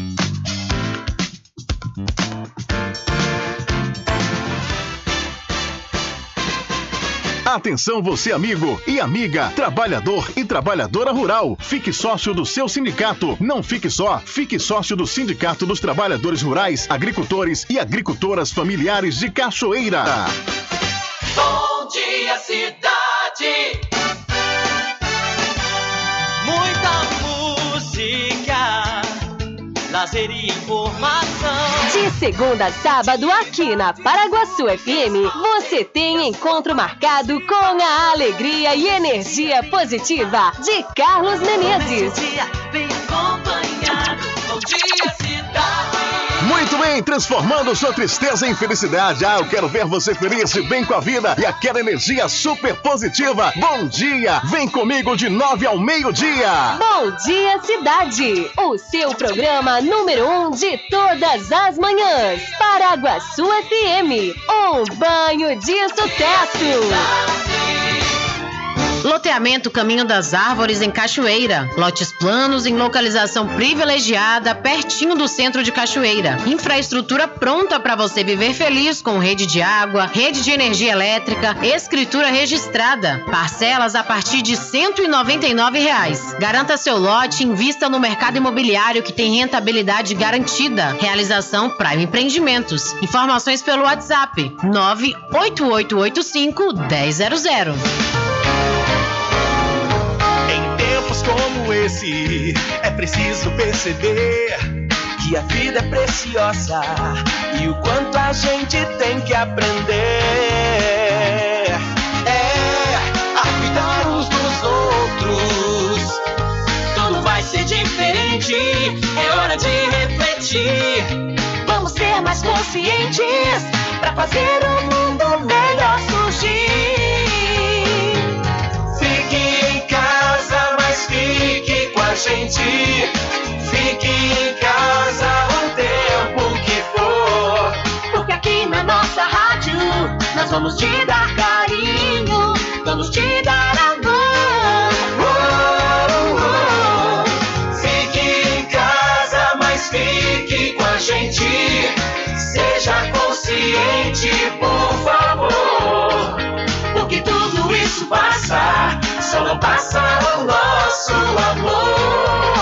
Atenção você amigo e amiga, trabalhador e trabalhadora rural. Fique sócio do seu sindicato. Não fique só, fique sócio do Sindicato dos Trabalhadores Rurais, Agricultores e Agricultoras Familiares de Cachoeira. Bom dia, cidade. Muita música, lazer e informação. De segunda a sábado, aqui na Paraguaçu FM, você tem encontro marcado com a alegria e energia positiva de Carlos Menezes. Bem acompanhado. Bom dia, cidade. Muito bem, transformando sua tristeza em felicidade. Eu quero ver você feliz e bem com a vida e aquela energia super positiva. Bom dia, vem comigo de 9 ao meio-dia. Bom dia, cidade. O seu programa número 1 de todas as manhãs. Paraguaçu FM, um banho de sucesso. Loteamento Caminho das Árvores em Cachoeira. Lotes planos em localização privilegiada, pertinho do centro de Cachoeira. Infraestrutura pronta para você viver feliz com rede de água, rede de energia elétrica, escritura registrada. Parcelas a partir de R$ 199. Garanta seu lote e invista no mercado imobiliário que tem rentabilidade garantida. Realização Prime Empreendimentos. Informações pelo WhatsApp 98885-1000. Como esse, é preciso perceber que a vida é preciosa e o quanto a gente tem que aprender a cuidar uns dos outros. Tudo vai ser diferente, é hora de refletir. Vamos ser mais conscientes pra fazer o mundo melhor surgir. Fique com a gente, fique em casa o tempo que for. Porque aqui na nossa rádio nós vamos te dar carinho, vamos te dar amor. Fique em casa, mas fique com a gente. Seja consciente, por favor. Porque tudo isso passa, só não passa o nosso amor.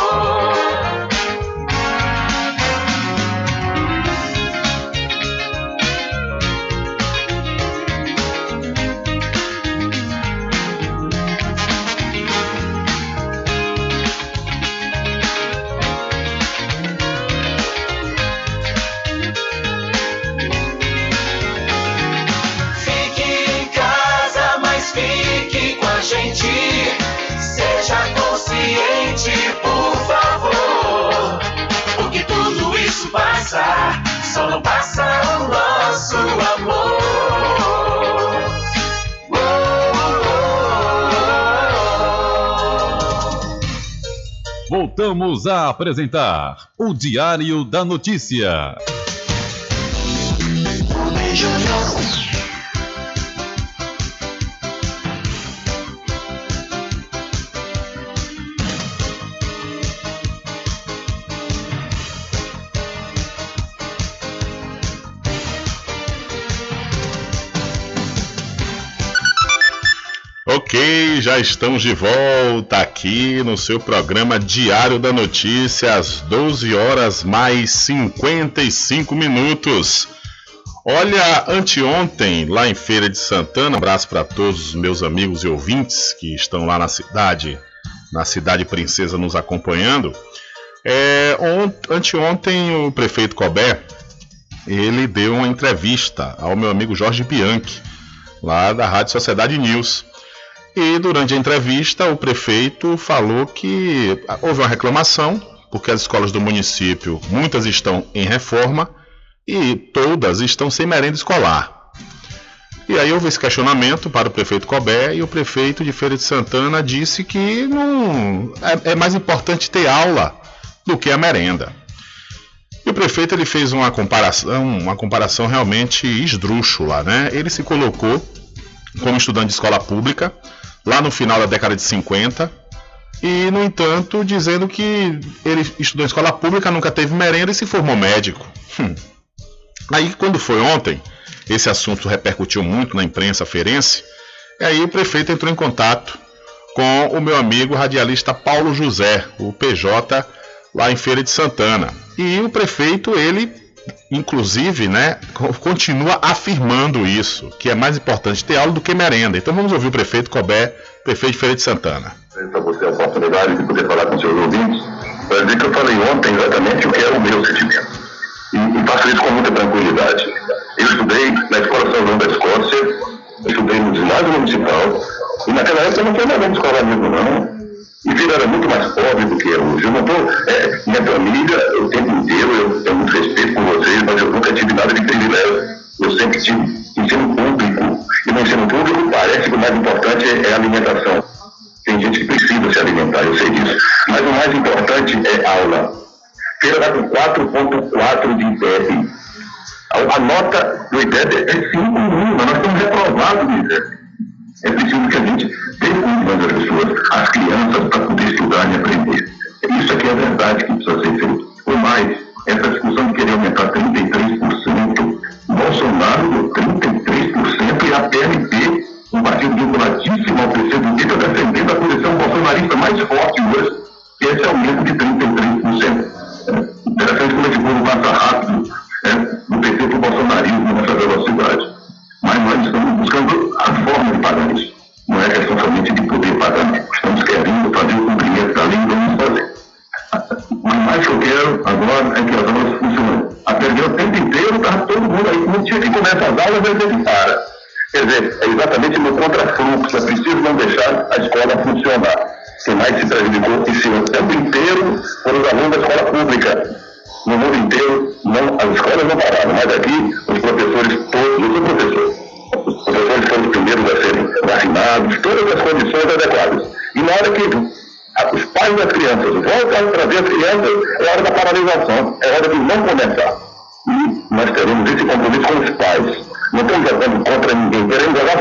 Fique em casa, mas fique com a gente. Seja consciente, por favor. Porque tudo isso passa, só não passa o nosso amor. Voltamos a apresentar o Diário da Notícia. Ok, já estamos de volta aqui no seu programa Diário da Notícia, às 12 horas mais 55 minutos. Olha, anteontem, lá em Feira de Santana, um abraço para todos os meus amigos e ouvintes que estão lá na cidade Princesa nos acompanhando. Anteontem, o prefeito Cobé, ele deu uma entrevista ao meu amigo Jorge Bianchi, lá da Rádio Sociedade News. E durante a entrevista, o prefeito falou que houve uma reclamação, porque as escolas do município, muitas estão em reforma e todas estão sem merenda escolar. E aí houve esse questionamento para o prefeito Cobé, e o prefeito de Feira de Santana disse que não é mais importante ter aula do que a merenda. E o prefeito ele fez uma comparação realmente esdrúxula, né? Ele se colocou como estudante de escola pública, lá no final da década de 50, e, no entanto, dizendo que ele estudou em escola pública, nunca teve merenda e se formou médico. Aí, quando foi ontem, esse assunto repercutiu muito na imprensa feirense, E aí o prefeito entrou em contato com o meu amigo radialista Paulo José, o PJ, lá em Feira de Santana. E o prefeito, ele, inclusive, né, continua afirmando isso, que é mais importante ter aula do que merenda. Então vamos ouvir o prefeito Cobé, prefeito de Feira de Santana. Para você a oportunidade de poder falar com os seus ouvintes, para dizer que eu falei ontem exatamente o que era o meu sentimento. E faço isso com muita tranquilidade. Eu estudei na Escola São João da Escócia, estudei no ginásio municipal, e naquela época não foi nada de escola mesmo, não. E Vila era muito mais pobre do que é hoje. Eu não estou. Minha família, o tempo inteiro, eu tenho muito respeito por vocês, mas eu nunca tive nada de privilégio. Eu sempre tive ensino público. E no ensino público parece que o mais importante é a alimentação. Tem gente que precisa se alimentar, eu sei disso. Mas o mais importante é aula. Feira está com 4,4 de IDEB. A nota do IDEB é 5,1. Nós estamos reprovados do IDEB. É preciso que a gente dê conta das pessoas, as crianças, para poder estudar e aprender. Isso aqui é a verdade que precisa ser feito. Ou mais, essa discussão de querer aumentar 33%, Bolsonaro deu 33% e a PLP, um partido vinculatíssimo ao PCdoB, está defendendo a posição bolsonarista mais forte hoje, que é esse aumento de 33%. Interessante como esse povo passa rápido do PT para o bolsonarismo nessa velocidade. Mas nós estamos buscando a forma de pagar isso. Não é questão somente de poder pagar, não. Estamos querendo fazer o cumprimento da lei e vamos fazer. Mas mais que eu quero agora é que as aulas funcionem. Até o tempo inteiro estava todo mundo aí. No dia que começa as aulas, a gente para. Quer dizer, é exatamente no contrafluxo. É preciso não deixar a escola funcionar. Quem mais se prejudicou o tempo inteiro foram os alunos da escola pública. No mundo inteiro, as escolas não pararam, mas aqui os professores todos, eu sou professor, os professores foram os primeiros a serem vacinados, todas as condições adequadas. E na hora que os pais das crianças voltam a trazer as crianças, é hora da paralisação, é hora de não começar. E nós teremos esse compromisso com os pais. Não estamos jogando contra ninguém, queremos jogar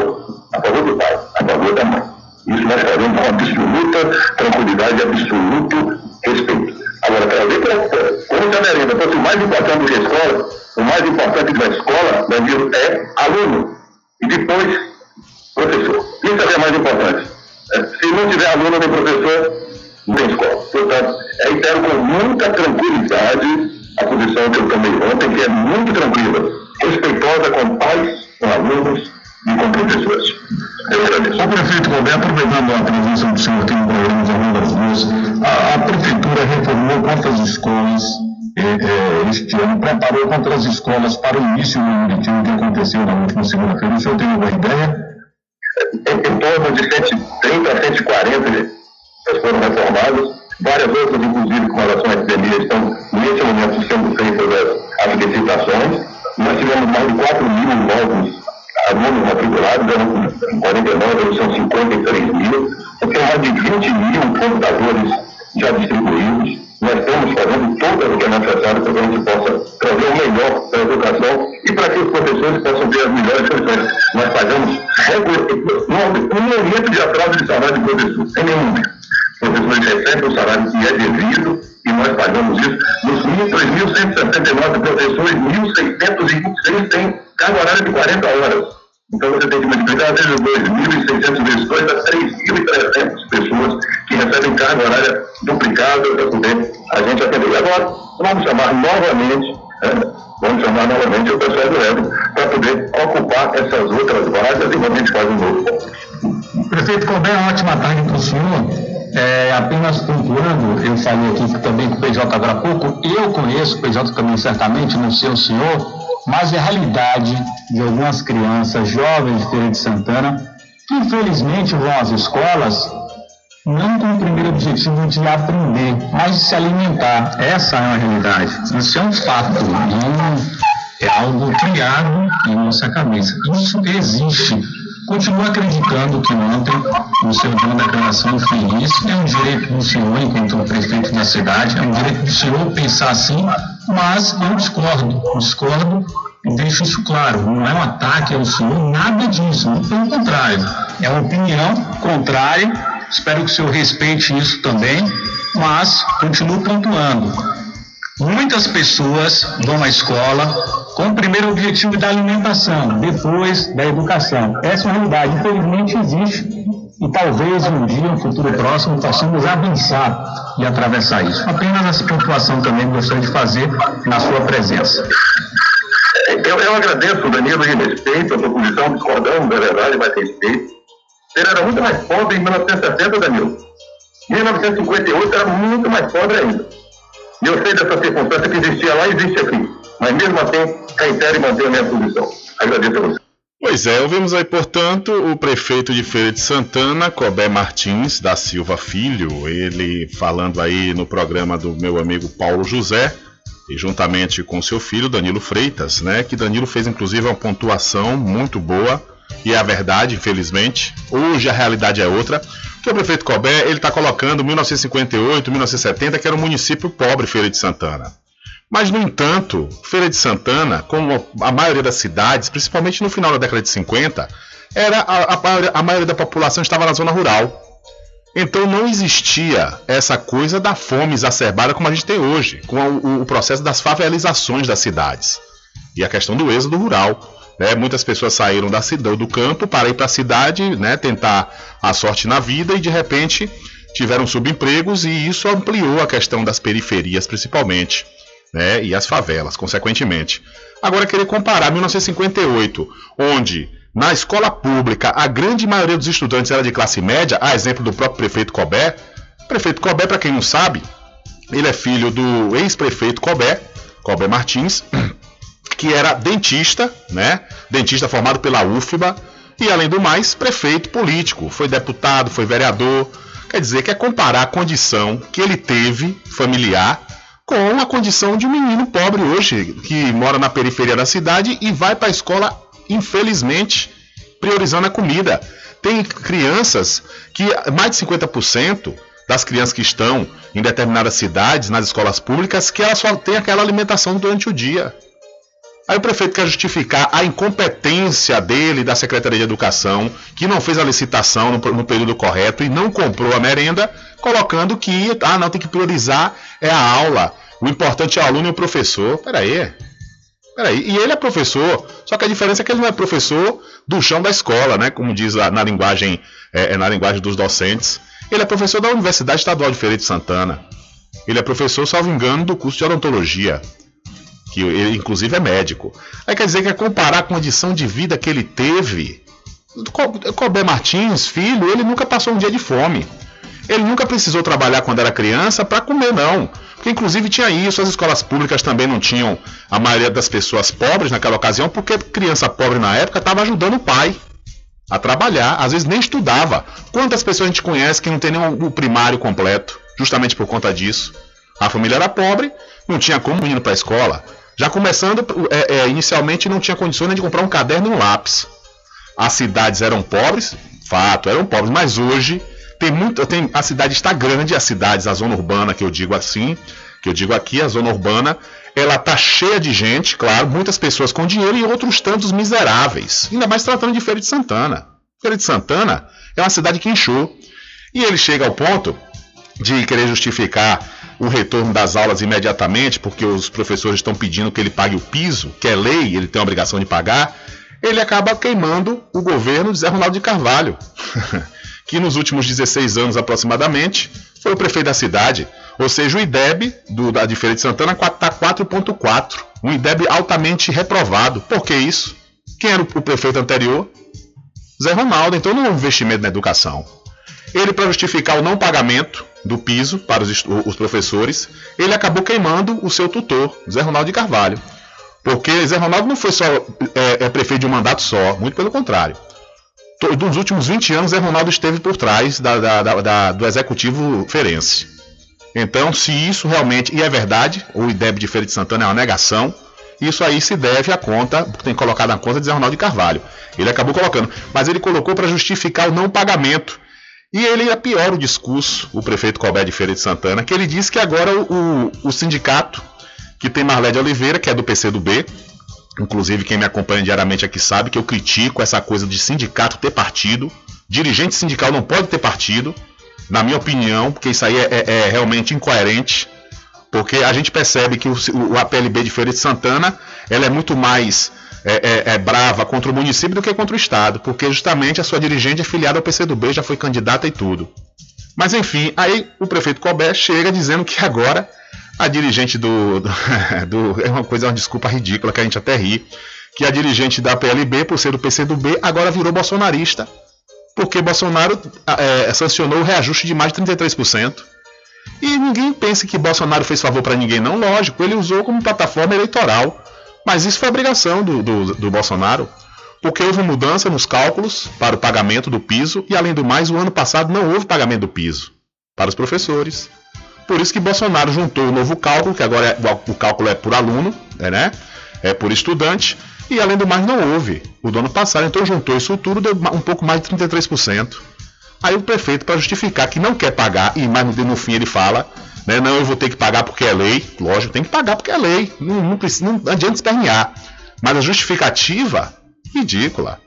a favor do pai, a favor da mãe. Isso nós faremos com absoluta tranquilidade e absoluto respeito. Agora, trazer como se a merenda fosse o mais importante do que a escola, o mais importante da escola, Danilo, é aluno. E depois, professor. Isso é o mais importante. Se não tiver aluno nem professor, não tem escola. Portanto, reitero com muita tranquilidade a posição que eu tomei ontem, que é muito tranquila, respeitosa com pais, com alunos e com professores. O prefeito Cobé, aproveitando a presença do senhor aqui no programa Jornal das Ruas, a prefeitura reformou quantas escolas este ano, preparou quantas escolas para o início do Muritinho que aconteceu na última segunda-feira. O senhor tem alguma ideia? Em torno de 130 a 140 foram reformadas, várias outras, inclusive, com relação à epidemia, estão nesse momento sendo feitas as licitações. Nós tivemos mais de 4 mil novos alunos matriculados, eram 49, são 53 mil, tem mais de 20 mil computadores já distribuídos. Nós estamos fazendo tudo o que é necessário para que a gente possa trazer o melhor para a educação e para que os professores possam ter as melhores condições. Nós pagamos um momento de atraso de salário de professor, sem nenhum momento. Os professores recebem o salário que é devido e nós pagamos isso. Nos 3.169 professores, 1.626 têm carga horária de 40 horas. Então você tem que multiplicar vezes 2.600 vezes 2 dá 3.300 pessoas que recebem carga horária duplicada para poder a gente atender. E agora vamos chamar novamente o pessoal do EBRO para poder ocupar essas outras vagas e a gente faz um novo. Prefeito Cobé, ótima tarde para o senhor. Apenas pontuando, eu falei aqui também com o PJ agora há pouco, eu conheço o PJ também certamente, não sei o senhor, mas é a realidade de algumas crianças jovens de Feira de Santana que infelizmente vão às escolas não com o primeiro objetivo de aprender, mas de se alimentar. Essa é uma realidade, isso é um fato, não é algo criado em nossa cabeça. Isso existe. Continuo acreditando que ontem o senhor deu uma declaração feliz, é um direito do senhor enquanto prefeito da cidade, é um direito do senhor pensar assim, mas eu discordo e deixo isso claro, não é um ataque ao senhor, nada disso, pelo contrário, é uma opinião contrária, espero que o senhor respeite isso também, mas continuo pontuando. Muitas pessoas vão à escola com o primeiro objetivo da alimentação, depois da educação. Essa é uma realidade, infelizmente existe, e talvez um dia, no futuro próximo, possamos avançar e atravessar isso. Apenas essa pontuação também gostaria de fazer na sua presença. Eu agradeço, Danilo, e respeito a sua posição, discordamos, é verdade, mas respeito. Ele era muito mais pobre em 1960, Danilo. Em 1958 era muito mais pobre ainda. E eu sei dessa circunstância que existia lá e existe aqui. Mas mesmo assim, reitero e mantenho a minha posição. Agradeço a você. Pois é, ouvimos aí, portanto, o prefeito de Feira de Santana, Cobé Martins da Silva Filho, ele falando aí no programa do meu amigo Paulo José, e juntamente com seu filho, Danilo Freitas, né, que Danilo fez inclusive uma pontuação muito boa, e é a verdade, infelizmente. Hoje a realidade é outra, que o prefeito Cobé, ele está colocando 1958, 1970, que era um município pobre, Feira de Santana. Mas, no entanto, Feira de Santana, como a maioria das cidades, principalmente no final da década de 50, a maioria da população estava na zona rural. Então não existia essa coisa da fome exacerbada como a gente tem hoje, com o processo das favelizações das cidades. E a questão do êxodo rural. Né? Muitas pessoas saíram do campo para ir para a cidade, né? Tentar a sorte na vida e de repente tiveram subempregos e isso ampliou a questão das periferias principalmente, né? E as favelas, consequentemente. Agora querer comparar 1958, onde na escola pública a grande maioria dos estudantes era de classe média, a exemplo do próprio prefeito Cobé. Prefeito Cobé, para quem não sabe, ele é filho do ex-prefeito Cobé Martins, que era dentista, né? Dentista formado pela UFBA e, além do mais, prefeito político. Foi deputado, foi vereador. Quer dizer, quer comparar a condição que ele teve familiar com a condição de um menino pobre hoje, que mora na periferia da cidade e vai para a escola, infelizmente, priorizando a comida. Tem crianças que, mais de 50% das crianças que estão em determinadas cidades, nas escolas públicas, que elas só têm aquela alimentação durante o dia. Aí o prefeito quer justificar a incompetência dele, da Secretaria de Educação, que não fez a licitação no período correto e não comprou a merenda, colocando que, não, tem que priorizar a aula. O importante é o aluno e o professor. Peraí. E ele é professor, só que a diferença é que ele não é professor do chão da escola, né? Como diz na linguagem dos docentes. Ele é professor da Universidade Estadual de Feira de Santana. Ele é professor, salvo engano, do curso de odontologia, que ele inclusive é médico. Aí quer dizer que é comparar a condição de vida que ele teve. Cobé Martins, filho, ele nunca passou um dia de fome. Ele nunca precisou trabalhar quando era criança para comer, não. Porque inclusive tinha isso, as escolas públicas também não tinham a maioria das pessoas pobres naquela ocasião, porque criança pobre na época estava ajudando o pai a trabalhar, às vezes nem estudava. Quantas pessoas a gente conhece que não tem nem o primário completo, justamente por conta disso? A família era pobre, não tinha como ir para a escola. Já começando, inicialmente não tinha condições nem de comprar um caderno e um lápis. As cidades eram pobres, fato, eram pobres, mas hoje a cidade está grande, a zona urbana, que eu digo aqui, a zona urbana, ela está cheia de gente, claro, muitas pessoas com dinheiro e outros tantos miseráveis. Ainda mais tratando de Feira de Santana. Feira de Santana é uma cidade que inchou. E ele chega ao ponto de querer justificar o retorno das aulas imediatamente, porque os professores estão pedindo que ele pague o piso, que é lei, ele tem a obrigação de pagar. Ele acaba queimando o governo de Zé Ronaldo de Carvalho, que nos últimos 16 anos aproximadamente foi o prefeito da cidade. Ou seja, o IDEB de Feira de Santana está 4,4. Um IDEB altamente reprovado. Por que isso? Quem era o prefeito anterior? Zé Ronaldo. Então não houve investimento na educação. Ele, para justificar o não pagamento do piso para os professores, ele acabou queimando o seu tutor, Zé Ronaldo de Carvalho. Porque Zé Ronaldo não foi só prefeito de um mandato só, muito pelo contrário. Nos últimos 20 anos, Zé Ronaldo esteve por trás do executivo feirense. Então, se isso realmente, e é verdade, o IDEB de Feira de Santana é uma negação, isso aí se deve à conta, tem colocado na conta de Zé Ronaldo de Carvalho. Ele acabou colocando, mas ele colocou para justificar o não pagamento. E ele piora o discurso, o prefeito Cobé de Feira de Santana, que ele disse que agora o sindicato, que tem Marlé de Oliveira, que é do PCdoB, inclusive quem me acompanha diariamente aqui sabe que eu critico essa coisa de sindicato ter partido, dirigente sindical não pode ter partido, na minha opinião, porque isso aí é realmente incoerente. Porque a gente percebe que a PLB de Feira de Santana, ela é muito mais brava contra o município do que contra o Estado, porque justamente a sua dirigente é filiada ao PCdoB, já foi candidata e tudo. Mas enfim, aí o prefeito Colbert chega dizendo que agora a dirigente é uma desculpa ridícula que a gente até ri, que a dirigente da PLB, por ser do PCdoB, agora virou bolsonarista, porque Bolsonaro sancionou o reajuste de mais de 33%. E ninguém pense que Bolsonaro fez favor para ninguém, não, lógico, ele usou como plataforma eleitoral, mas isso foi obrigação do Bolsonaro, porque houve mudança nos cálculos para o pagamento do piso e, além do mais, o ano passado não houve pagamento do piso para os professores. Por isso que Bolsonaro juntou o novo cálculo, que agora o cálculo é por aluno, né? É por estudante, e além do mais não houve o do ano passado, então juntou isso tudo, deu um pouco mais de 33%. Aí o prefeito, para justificar que não quer pagar, e mais no fim ele fala, né, não, eu vou ter que pagar porque é lei. Lógico, tem que pagar porque é lei, não adianta espernear. Mas a justificativa, ridícula.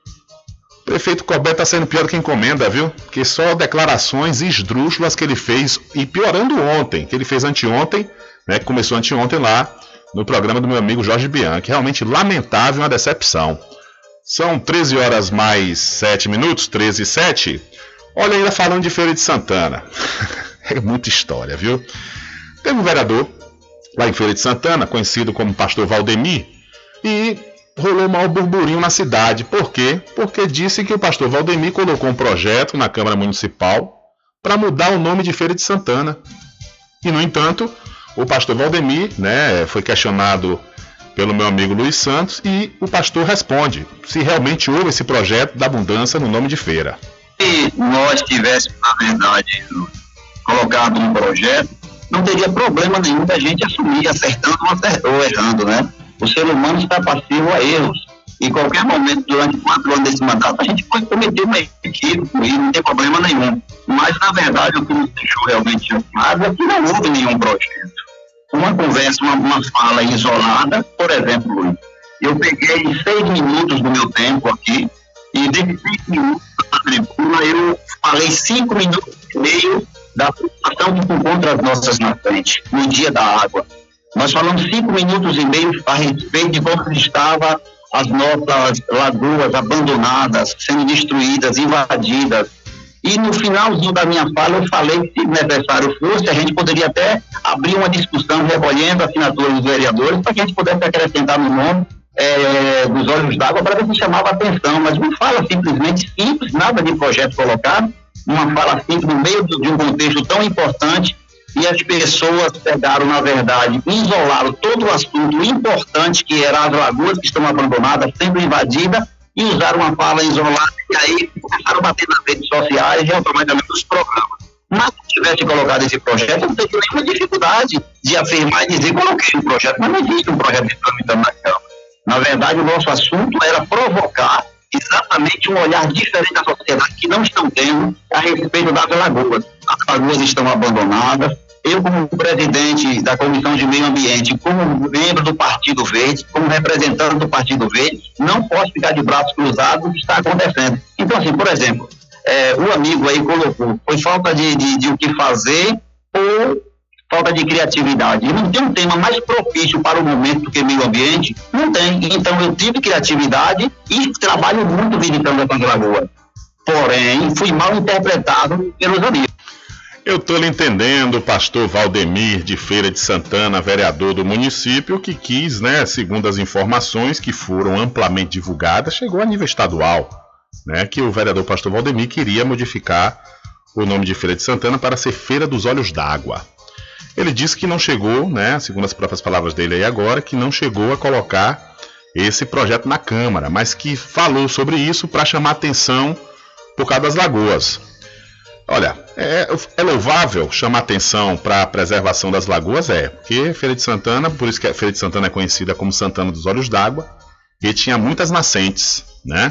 O prefeito Colbert está sendo pior do que encomenda, viu? Porque só declarações esdrúxulas que ele fez, e piorando ontem, que ele fez anteontem, né, que começou anteontem lá, no programa do meu amigo Jorge Bianchi. Realmente lamentável, uma decepção. São 13 horas mais 7 minutos, 13 e 7. Olha, ainda falando de Feira de Santana. É muita história, viu? Teve um vereador lá em Feira de Santana, conhecido como Pastor Valdemir, e rolou um mau burburinho na cidade. Por quê? Porque disse que o Pastor Valdemir colocou um projeto na Câmara Municipal para mudar o nome de Feira de Santana. E, no entanto, o Pastor Valdemir, né, foi questionado pelo meu amigo Luiz Santos, e o pastor responde se realmente houve esse projeto da mudança no nome de feira. Se nós tivéssemos, na verdade, colocado um projeto, não teria problema nenhum da gente assumir, acertando ou errando, né? O ser humano está passivo a erros. Em qualquer momento, durante 4 anos desse mandato, a gente pode cometer um equívoco e não tem problema nenhum. Mas, na verdade, o que nos deixou realmente chateado é que não houve nenhum projeto. Uma conversa, uma fala isolada, por exemplo, Luiz, eu peguei 6 minutos do meu tempo aqui, e desses 6 minutos da tribuna eu falei 5 minutos e meio da situação que se encontra as nossas nascentes, no dia da água. Nós falamos 5 minutos e meio a respeito de como estavam as nossas lagoas abandonadas, sendo destruídas, invadidas. E no finalzinho da minha fala eu falei que, se necessário fosse, a gente poderia até abrir uma discussão recolhendo a assinatura dos vereadores para que a gente pudesse acrescentar no nome dos olhos d'água para ver se chamava atenção. Mas uma fala simplesmente simples, nada de projeto colocado, uma fala simples no meio de um contexto tão importante, e as pessoas pegaram, na verdade, isolaram todo o assunto importante, que eram as lagoas que estão abandonadas, sempre invadidas, e usaram uma fala isolada, e aí começaram a bater nas redes sociais e automaticamente nos programas. Mas se tivesse colocado esse projeto, eu não teria nenhuma dificuldade de afirmar e dizer que coloquei um projeto, mas não existe um projeto de tramitando na Câmara. Na verdade, o nosso assunto era provocar exatamente um olhar diferente da sociedade que não estão tendo a respeito das lagoas. As lagoas estão abandonadas. Eu, como presidente da Comissão de Meio Ambiente, como membro do Partido Verde, como representante do Partido Verde, não posso ficar de braços cruzados, o que está acontecendo. Então, assim, por exemplo, o amigo aí colocou, foi falta de o que fazer ou falta de criatividade. E não tem um tema mais propício para o momento do que meio ambiente? Não tem. Então, eu tive criatividade e trabalho muito visitando essas lagoas. Porém, fui mal interpretado pelos amigos. Eu estou lhe entendendo, pastor Valdemir de Feira de Santana, vereador do município, que quis, né, segundo as informações que foram amplamente divulgadas, chegou a nível estadual, né, que o vereador pastor Valdemir queria modificar o nome de Feira de Santana para ser Feira dos Olhos d'Água. Ele disse que não chegou, né, segundo as próprias palavras dele aí agora, que não chegou a colocar esse projeto na Câmara, mas que falou sobre isso para chamar atenção por causa das lagoas. Olha, é louvável chamar atenção para a preservação das lagoas, porque Feira de Santana, por isso que a Feira de Santana é conhecida como Santana dos Olhos d'Água, e tinha muitas nascentes, né?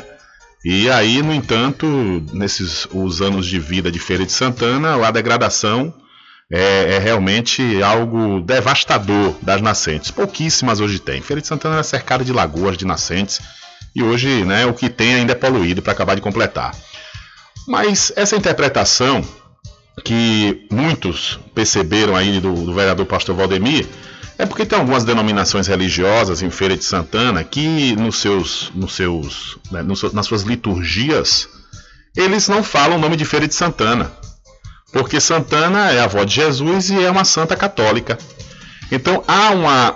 E aí, no entanto, nesses os anos de vida de Feira de Santana, a degradação é realmente algo devastador das nascentes. Pouquíssimas hoje tem. Feira de Santana é cercada de lagoas, de nascentes, e hoje, né, o que tem ainda é poluído, para acabar de completar. Mas essa interpretação que muitos perceberam aí do vereador pastor Valdemir, é porque tem algumas denominações religiosas em Feira de Santana que nas suas liturgias eles não falam o nome de Feira de Santana, porque Santana é a avó de Jesus e é uma santa católica. Então há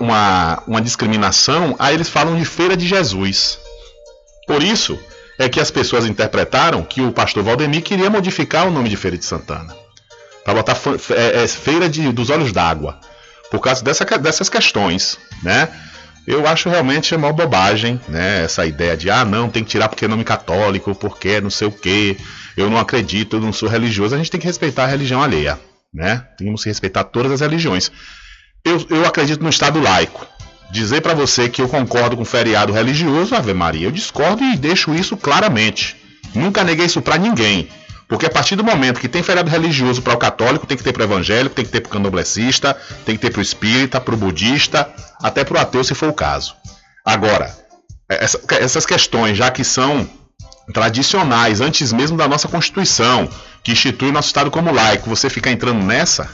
uma discriminação, aí eles falam de Feira de Jesus. Por isso é que as pessoas interpretaram que o pastor Valdemir queria modificar o nome de Feira de Santana, para botar Feira dos Olhos d'Água, por causa dessas questões, né? Eu acho realmente uma bobagem, né? Essa ideia de, não, tem que tirar porque é nome católico, porque não sei o quê, eu não acredito, eu não sou religioso. A gente tem que respeitar a religião alheia, né? Temos que respeitar todas as religiões. Eu acredito no Estado laico. Dizer para você que eu concordo com feriado religioso, Ave Maria, eu discordo e deixo isso claramente. Nunca neguei isso para ninguém. Porque a partir do momento que tem feriado religioso para o católico, tem que ter para o evangélico, tem que ter para o candomblessista, tem que ter para o espírita, para o budista, até para o ateu, se for o caso. Agora, essas questões, já que são tradicionais, antes mesmo da nossa Constituição, que institui o nosso Estado como laico, você ficar entrando nessa?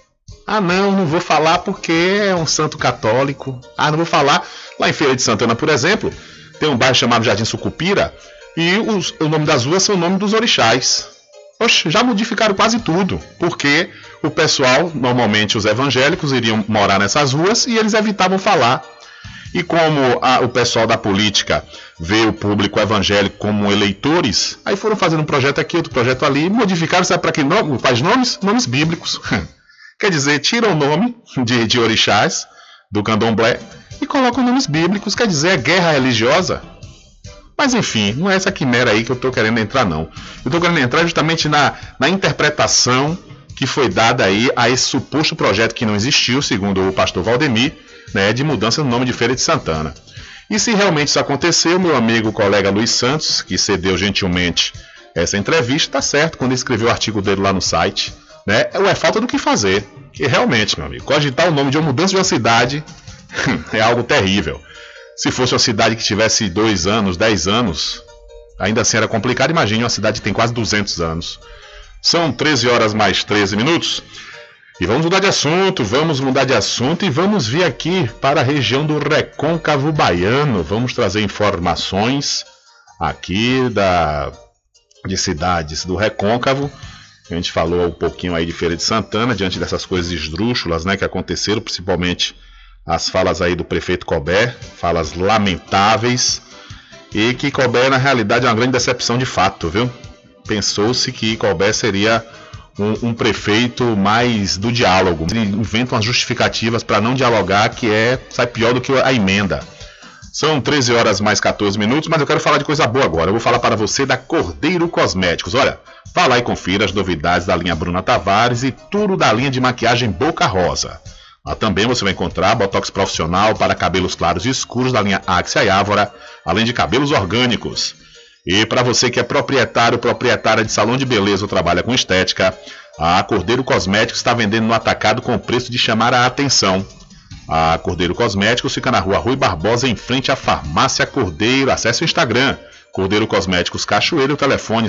Não vou falar porque é um santo católico. Não vou falar. Lá em Feira de Santana, por exemplo, tem um bairro chamado Jardim Sucupira, e o nome das ruas são o nome dos orixás. Oxe, já modificaram quase tudo, porque o pessoal, normalmente os evangélicos, iriam morar nessas ruas e eles evitavam falar. E como o pessoal da política vê o público evangélico como eleitores, aí foram fazendo um projeto aqui, outro projeto ali, modificaram, sabe para que nome? Quais nomes? Nomes bíblicos. Quer dizer, tiram o nome de orixás, do candomblé, e colocam nomes bíblicos, quer dizer, é guerra religiosa. Mas enfim, não é essa quimera aí que eu estou querendo entrar, não. Eu estou querendo entrar justamente na interpretação que foi dada aí a esse suposto projeto que não existiu, segundo o pastor Valdemir, né, de mudança no nome de Feira de Santana. E se realmente isso aconteceu, meu amigo colega Luiz Santos, que cedeu gentilmente essa entrevista, está certo quando ele escreveu o artigo dele lá no site, né? É falta do que fazer. E realmente, meu amigo, cogitar o nome de uma mudança de uma cidade é algo terrível. Se fosse uma cidade que tivesse 2 anos, 10 anos, ainda assim era complicado. Imagine uma cidade que tem quase 200 anos. São 13 horas mais 13 minutos. E vamos mudar de assunto e vamos vir aqui para a região do Recôncavo Baiano. Vamos trazer informações aqui de cidades do Recôncavo. A gente falou um pouquinho aí de Feira de Santana, diante dessas coisas esdrúxulas, né, que aconteceram, principalmente as falas aí do prefeito Colbert, falas lamentáveis, e que Colbert na realidade é uma grande decepção de fato, viu? Pensou-se que Colbert seria um prefeito mais do diálogo. Ele inventa umas justificativas para não dialogar, que sai pior do que a emenda. São 13 horas mais 14 minutos, mas eu quero falar de coisa boa agora. Eu vou falar para você da Cordeiro Cosméticos. Olha, vá lá e confira as novidades da linha Bruna Tavares e tudo da linha de maquiagem Boca Rosa. Lá também você vai encontrar botox profissional para cabelos claros e escuros da linha Axia e Ávora, além de cabelos orgânicos. E para você que é proprietária de salão de beleza ou trabalha com estética, a Cordeiro Cosméticos está vendendo no atacado com preço de chamar a atenção. A Cordeiro Cosméticos fica na rua Rui Barbosa, em frente à Farmácia Cordeiro. Acesse o Instagram, Cordeiro Cosméticos Cachoeiro, telefone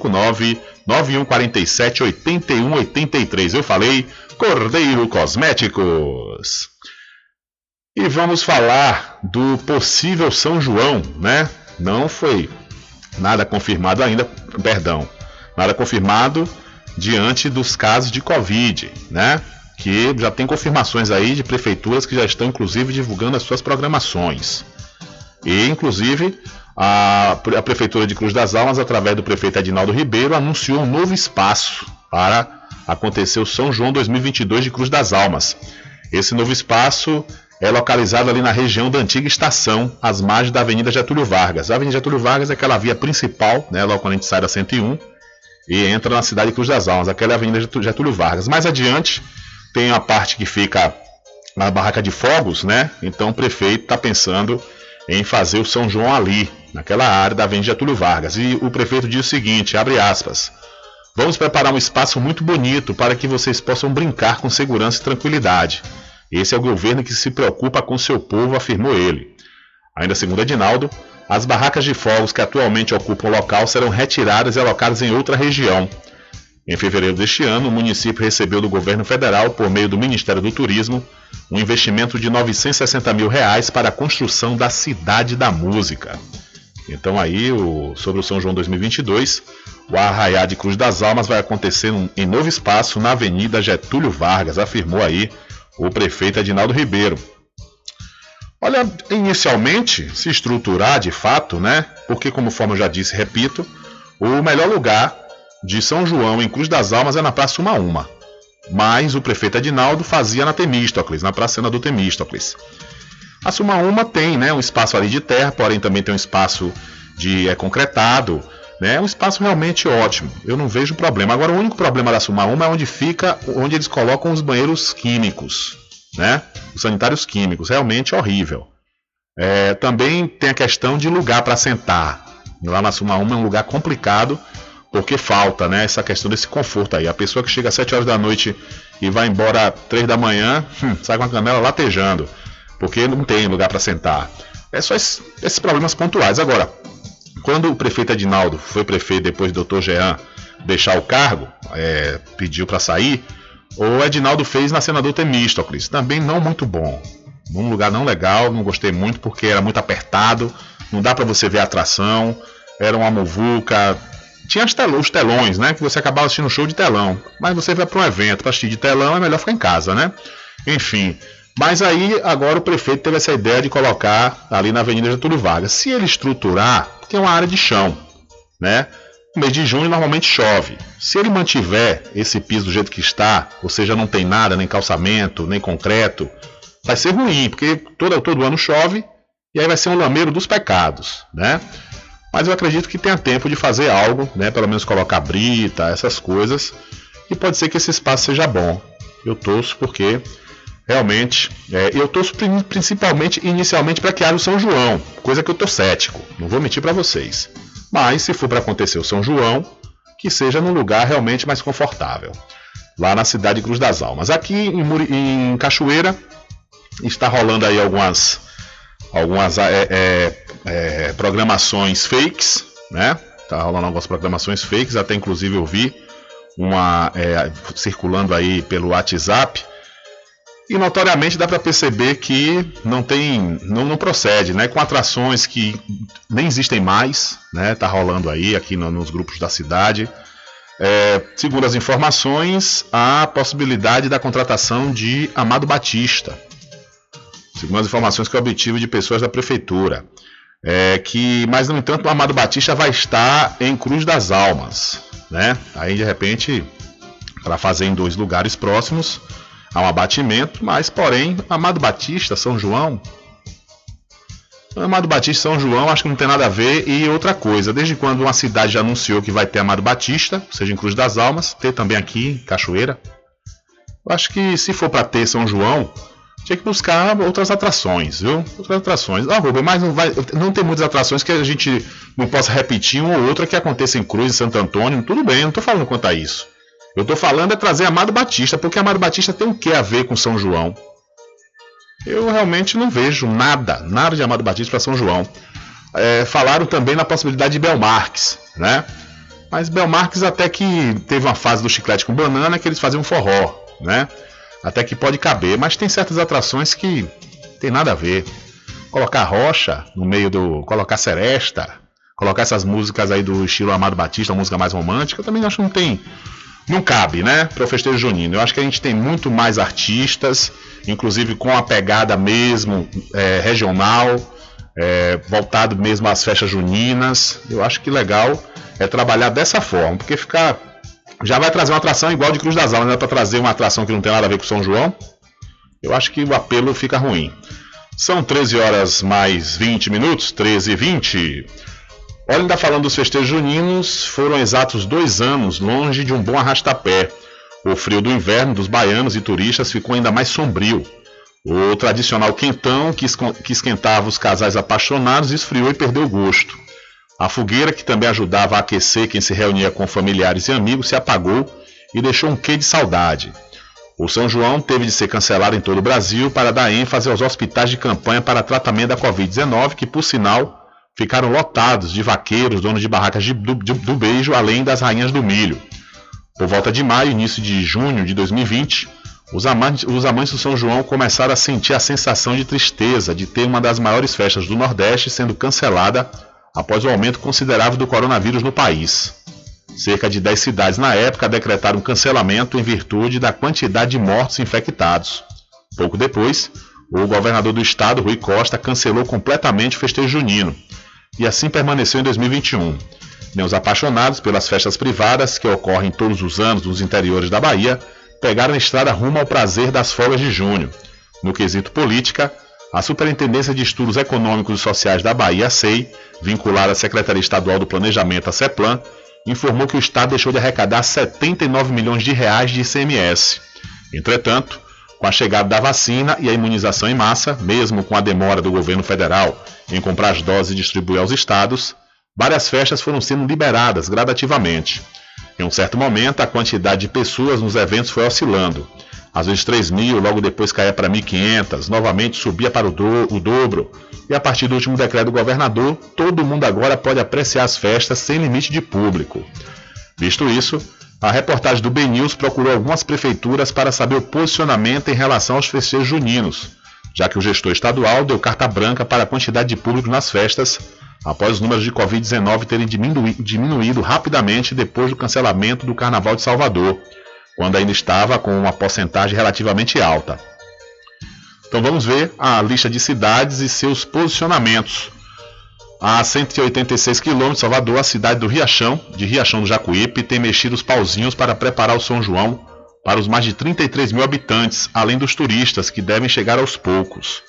759-9147-8183. Eu falei Cordeiro Cosméticos. E vamos falar do possível São João, né? Não foi nada confirmado ainda, nada confirmado diante dos casos de Covid, né? Que já tem confirmações aí de prefeituras que já estão inclusive divulgando as suas programações. E inclusive a Prefeitura de Cruz das Almas, através do prefeito Edinaldo Ribeiro, anunciou um novo espaço para acontecer o São João 2022 de Cruz das Almas. Esse novo espaço é localizado ali na região da antiga estação, às margens da Avenida Getúlio Vargas. A Avenida Getúlio Vargas é aquela via principal, né, logo quando a gente sai da 101 e entra na cidade de Cruz das Almas. Aquela é a Avenida Getúlio Vargas. Mais adiante tem a parte que fica na barraca de fogos, né? Então o prefeito está pensando em fazer o São João ali, naquela área da Avenida Getúlio Vargas. E o prefeito diz o seguinte, abre aspas: vamos preparar um espaço muito bonito para que vocês possam brincar com segurança e tranquilidade. Esse é o governo que se preocupa com seu povo, afirmou ele. Ainda segundo Edinaldo, as barracas de fogos que atualmente ocupam o local serão retiradas e alocadas em outra região. Em fevereiro deste ano, o município recebeu do governo federal, por meio do Ministério do Turismo, um investimento de R$ 960 mil para a construção da Cidade da Música. Então aí, sobre o São João 2022, o Arraiá de Cruz das Almas vai acontecer em novo espaço na Avenida Getúlio Vargas, afirmou aí o prefeito Edinaldo Ribeiro. Olha, inicialmente, se estruturar de fato, né? Porque, conforme eu já disse, repito, o melhor lugar de São João em Cruz das Almas é na Praça Uma. Mas o prefeito Edinaldo fazia na Temístocles, na Praça Senador Temístocles. A Suma tem, né, um espaço ali de terra, porém também tem um espaço de concretado, né? É um espaço realmente ótimo. Eu não vejo problema. Agora, o único problema da Suma é onde eles colocam os banheiros químicos, né? Os sanitários químicos, realmente horrível. Também tem a questão de lugar para sentar. Lá na Suma é um lugar complicado, porque falta, né, essa questão desse conforto aí. A pessoa que chega às 7 horas da noite e vai embora às 3 da manhã, sai com a canela latejando, porque não tem lugar para sentar. É só esses problemas pontuais. Agora, quando o prefeito Edinaldo foi prefeito depois do Dr. Jean deixar o cargo, pediu para sair, o Edinaldo fez na Senador Temístocles, também não muito bom. Num lugar não legal, não gostei muito porque era muito apertado, não dá para você ver a atração, era uma muvuca. Tinha os telões, né? Que você acabava assistindo um show de telão. Mas você vai para um evento para assistir de telão, é melhor ficar em casa, né? Enfim. Mas aí, agora o prefeito teve essa ideia de colocar ali na Avenida Getúlio Vargas. Se ele estruturar, tem uma área de chão, né? No mês de junho normalmente chove. Se ele mantiver esse piso do jeito que está, ou seja, não tem nada, nem calçamento, nem concreto, vai ser ruim, porque todo ano chove e aí vai ser um lameiro dos pecados, né? Mas eu acredito que tenha tempo de fazer algo, né? Pelo menos colocar brita, essas coisas. E pode ser que esse espaço seja bom. Eu torço porque realmente... eu torço principalmente, inicialmente, para que haja o São João. Coisa que eu tô cético. Não vou mentir para vocês. Mas se for para acontecer o São João, que seja num lugar realmente mais confortável. Lá na cidade de Cruz das Almas. Aqui em Cachoeira está rolando aí algumas programações fakes, né? Tá rolando algumas programações fakes, até inclusive eu vi uma circulando aí pelo WhatsApp e notoriamente dá para perceber que não procede, né? Com atrações que nem existem mais, né? Tá rolando aí aqui nos grupos da cidade. Segundo as informações, há a possibilidade da contratação de Amado Batista. Segundo as informações que eu obtive de pessoas da prefeitura. Mas, no entanto, o Amado Batista vai estar em Cruz das Almas, né? Aí, de repente, para fazer em 2 lugares próximos, há um abatimento, mas, porém, Amado Batista, São João... Amado Batista, São João, acho que não tem nada a ver. E outra coisa, desde quando uma cidade já anunciou que vai ter Amado Batista, seja em Cruz das Almas, ter também aqui em Cachoeira, eu acho que se for para ter São João... tinha que buscar outras atrações, viu? Outras atrações. Rubem, mas não tem muitas atrações que a gente não possa repetir uma ou outra que aconteça em Cruz, em Santo Antônio. Tudo bem, eu não estou falando quanto a isso. Eu estou falando trazer Amado Batista, porque Amado Batista tem o que a ver com São João? Eu realmente não vejo nada de Amado Batista para São João. Falaram também na possibilidade de Belmarques, né? Mas Belmarques até que teve uma fase do chiclete com banana que eles faziam forró, né? Até que pode caber, mas tem certas atrações que tem nada a ver. Colocar rocha no meio colocar seresta, colocar essas músicas aí do estilo Amado Batista, uma música mais romântica, eu também acho que não cabe, né, para o festejo junino. Eu acho que a gente tem muito mais artistas, inclusive com a pegada mesmo regional, voltado mesmo às festas juninas. Eu acho que legal é trabalhar dessa forma, porque já vai trazer uma atração igual de Cruz das Almas, né? Para trazer uma atração que não tem nada a ver com São João, eu acho que o apelo fica ruim. São 13 horas mais 20 minutos, 13h20. Olha, ainda falando dos festejos juninos, foram exatos 2 anos longe de um bom arrastapé. O frio do inverno dos baianos e turistas ficou ainda mais sombrio. O tradicional quentão que esquentava os casais apaixonados esfriou e perdeu o gosto. A fogueira, que também ajudava a aquecer quem se reunia com familiares e amigos, se apagou e deixou um quê de saudade. O São João teve de ser cancelado em todo o Brasil para dar ênfase aos hospitais de campanha para tratamento da Covid-19, que, por sinal, ficaram lotados de vaqueiros, donos de barracas do beijo, além das rainhas do milho. Por volta de maio, início de junho de 2020, os amantes do São João começaram a sentir a sensação de tristeza de ter uma das maiores festas do Nordeste sendo cancelada após o aumento considerável do coronavírus no país. Cerca de 10 cidades na época decretaram cancelamento em virtude da quantidade de mortos infectados. Pouco depois, o governador do estado, Rui Costa, cancelou completamente o festejo junino, e assim permaneceu em 2021. Nem os apaixonados pelas festas privadas, que ocorrem todos os anos nos interiores da Bahia, pegaram a estrada rumo ao prazer das folgas de junho. No quesito política, a Superintendência de Estudos Econômicos e Sociais da Bahia, a SEI, vinculada à Secretaria Estadual do Planejamento, a CEPLAN, informou que o estado deixou de arrecadar 79 milhões de reais de ICMS. Entretanto, com a chegada da vacina e a imunização em massa, mesmo com a demora do governo federal em comprar as doses e distribuir aos estados, várias festas foram sendo liberadas gradativamente. Em um certo momento, a quantidade de pessoas nos eventos foi oscilando. Às vezes 3.000, logo depois caía para 1.500, novamente subia para o dobro. E a partir do último decreto do governador, todo mundo agora pode apreciar as festas sem limite de público. Visto isso, a reportagem do BNews procurou algumas prefeituras para saber o posicionamento em relação aos festejos juninos, já que o gestor estadual deu carta branca para a quantidade de público nas festas, após os números de Covid-19 terem diminuído rapidamente depois do cancelamento do Carnaval de Salvador, quando ainda estava com uma porcentagem relativamente alta. Então vamos ver a lista de cidades e seus posicionamentos. A 186 km de Salvador, a cidade do Riachão, de Riachão do Jacuípe, tem mexido os pauzinhos para preparar o São João para os mais de 33 mil habitantes, além dos turistas, que devem chegar aos poucos.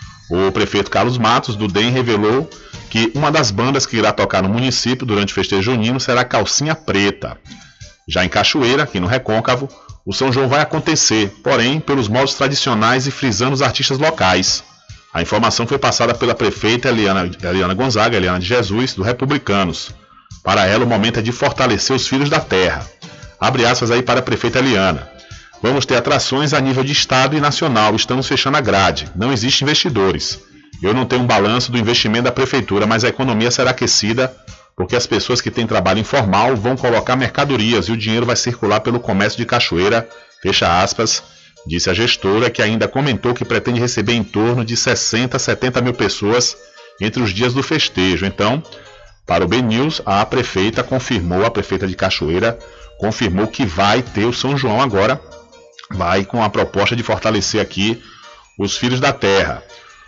O prefeito Carlos Matos, do DEM, revelou que uma das bandas que irá tocar no município durante o festejo junino será Calcinha Preta. Já em Cachoeira, aqui no Recôncavo, o São João vai acontecer, porém pelos moldes tradicionais e frisando os artistas locais. A informação foi passada pela prefeita Eliana Gonzaga, Eliana de Jesus, do Republicanos. Para ela, o momento é de fortalecer os filhos da terra. Abre aspas aí para a prefeita Eliana. Vamos ter atrações a nível de estado e nacional, estamos fechando a grade, não existem investidores. Eu não tenho um balanço do investimento da prefeitura, mas a economia será aquecida porque as pessoas que têm trabalho informal vão colocar mercadorias e o dinheiro vai circular pelo comércio de Cachoeira, fecha aspas, disse a gestora, que ainda comentou que pretende receber em torno de 60 a 70 mil pessoas entre os dias do festejo. Então, para o BNews, a prefeita de Cachoeira, confirmou que vai ter o São João agora, vai com a proposta de fortalecer aqui os filhos da terra.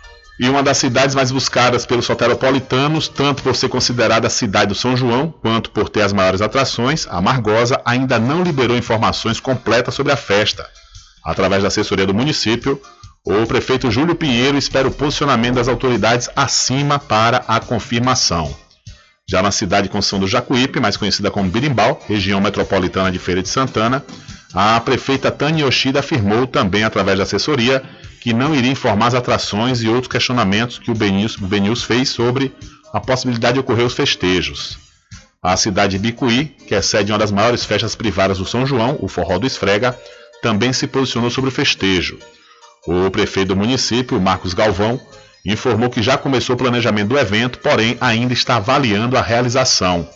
E uma das cidades mais buscadas pelos soteropolitanos, tanto por ser considerada a cidade do São João, quanto por ter as maiores atrações, a Margosa ainda não liberou informações completas sobre a festa. Através da assessoria do município, o prefeito Júlio Pinheiro espera o posicionamento das autoridades acima para a confirmação. Já na cidade de Conceição do Jacuípe, mais conhecida como Birimbau, região metropolitana de Feira de Santana, a prefeita Tânia Yoshida afirmou também através da assessoria que não iria informar as atrações e outros questionamentos que o BNews fez sobre a possibilidade de ocorrer os festejos. A cidade de Bicuí, que é sede de uma das maiores festas privadas do São João, o Forró do Esfrega, também se posicionou sobre o festejo. O prefeito do município, Marcos Galvão, informou que já começou o planejamento do evento, porém ainda está avaliando a realização.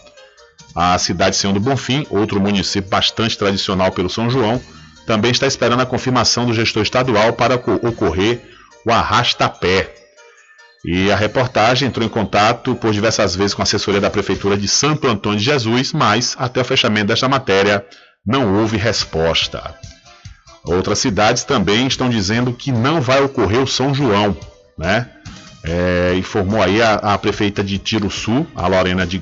A cidade de Senhor do Bonfim, outro município bastante tradicional pelo São João, também está esperando a confirmação do gestor estadual para ocorrer o arrasta-pé. E a reportagem entrou em contato por diversas vezes com a assessoria da Prefeitura de Santo Antônio de Jesus, mas até o fechamento desta matéria não houve resposta. Outras cidades também estão dizendo que não vai ocorrer o São João, né? Informou aí a prefeita de Tiruçu, a Lorena de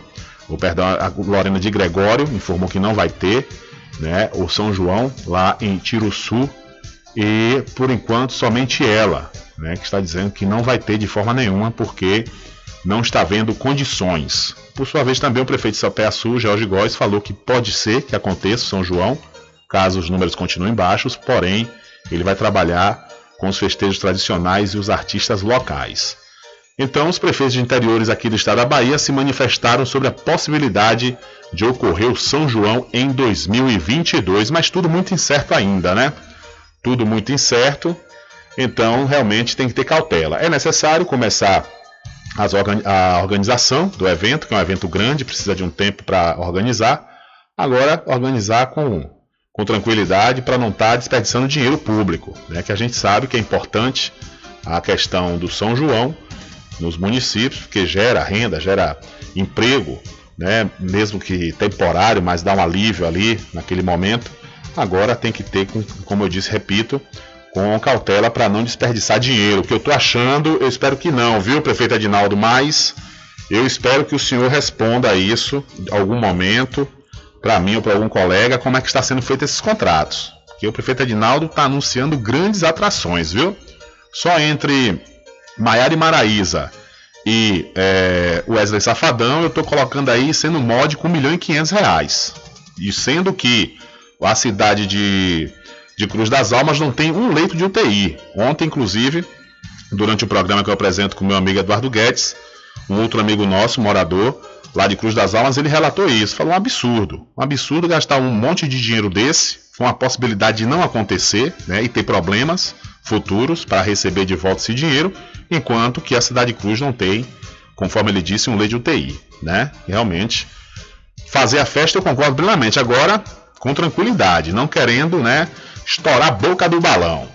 Gregório, informou que não vai ter, né, o São João lá em Tiruçu, e por enquanto somente ela, né, que está dizendo que não vai ter de forma nenhuma porque não está havendo condições. Por sua vez também o prefeito de Sapé-Açu, Jorge Góes, falou que pode ser que aconteça o São João, caso os números continuem baixos, porém ele vai trabalhar com os festejos tradicionais e os artistas locais. Então, os prefeitos de interiores aqui do estado da Bahia se manifestaram sobre a possibilidade de ocorrer o São João em 2022, mas tudo muito incerto ainda, né? Tudo muito incerto, então realmente tem que ter cautela. É necessário começar a organização do evento, que é um evento grande, precisa de um tempo para organizar, Agora, organizar com tranquilidade para não estar desperdiçando dinheiro público, né? Que a gente sabe que é importante a questão do São João nos municípios, porque gera renda, gera emprego, né? Mesmo que temporário, mas dá um alívio ali naquele momento. Agora tem que ter, como eu disse, repito, com cautela para não desperdiçar dinheiro. O que eu estou achando, eu espero que não, viu, prefeito Adinaldo? Mas eu espero que o senhor responda a isso em algum momento, para mim ou para algum colega, como é que está sendo feito esses contratos. Porque o prefeito Adinaldo está anunciando grandes atrações, viu? Só entre Maiara e Maraísa e Wesley Safadão, eu estou colocando aí sendo módico R$1.500.000. E sendo que a cidade de Cruz das Almas não tem um leito de UTI. Ontem, inclusive, durante o programa que eu apresento com meu amigo Eduardo Guedes, um outro amigo nosso, morador lá de Cruz das Almas, ele relatou isso, falou um absurdo gastar um monte de dinheiro desse, foi uma possibilidade de não acontecer, né, e ter problemas futuros para receber de volta esse dinheiro, enquanto que a cidade de Cruz não tem, conforme ele disse, um leito de UTI, né? Realmente, fazer a festa eu concordo plenamente, agora com tranquilidade, não querendo, né, estourar a boca do balão.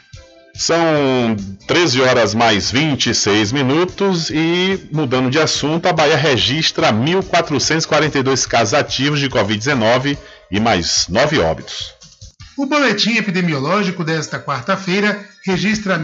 São 13 horas mais 26 minutos e, mudando de assunto, a Bahia registra 1.442 casos ativos de Covid-19 e mais 9 óbitos. O boletim epidemiológico desta quarta-feira registra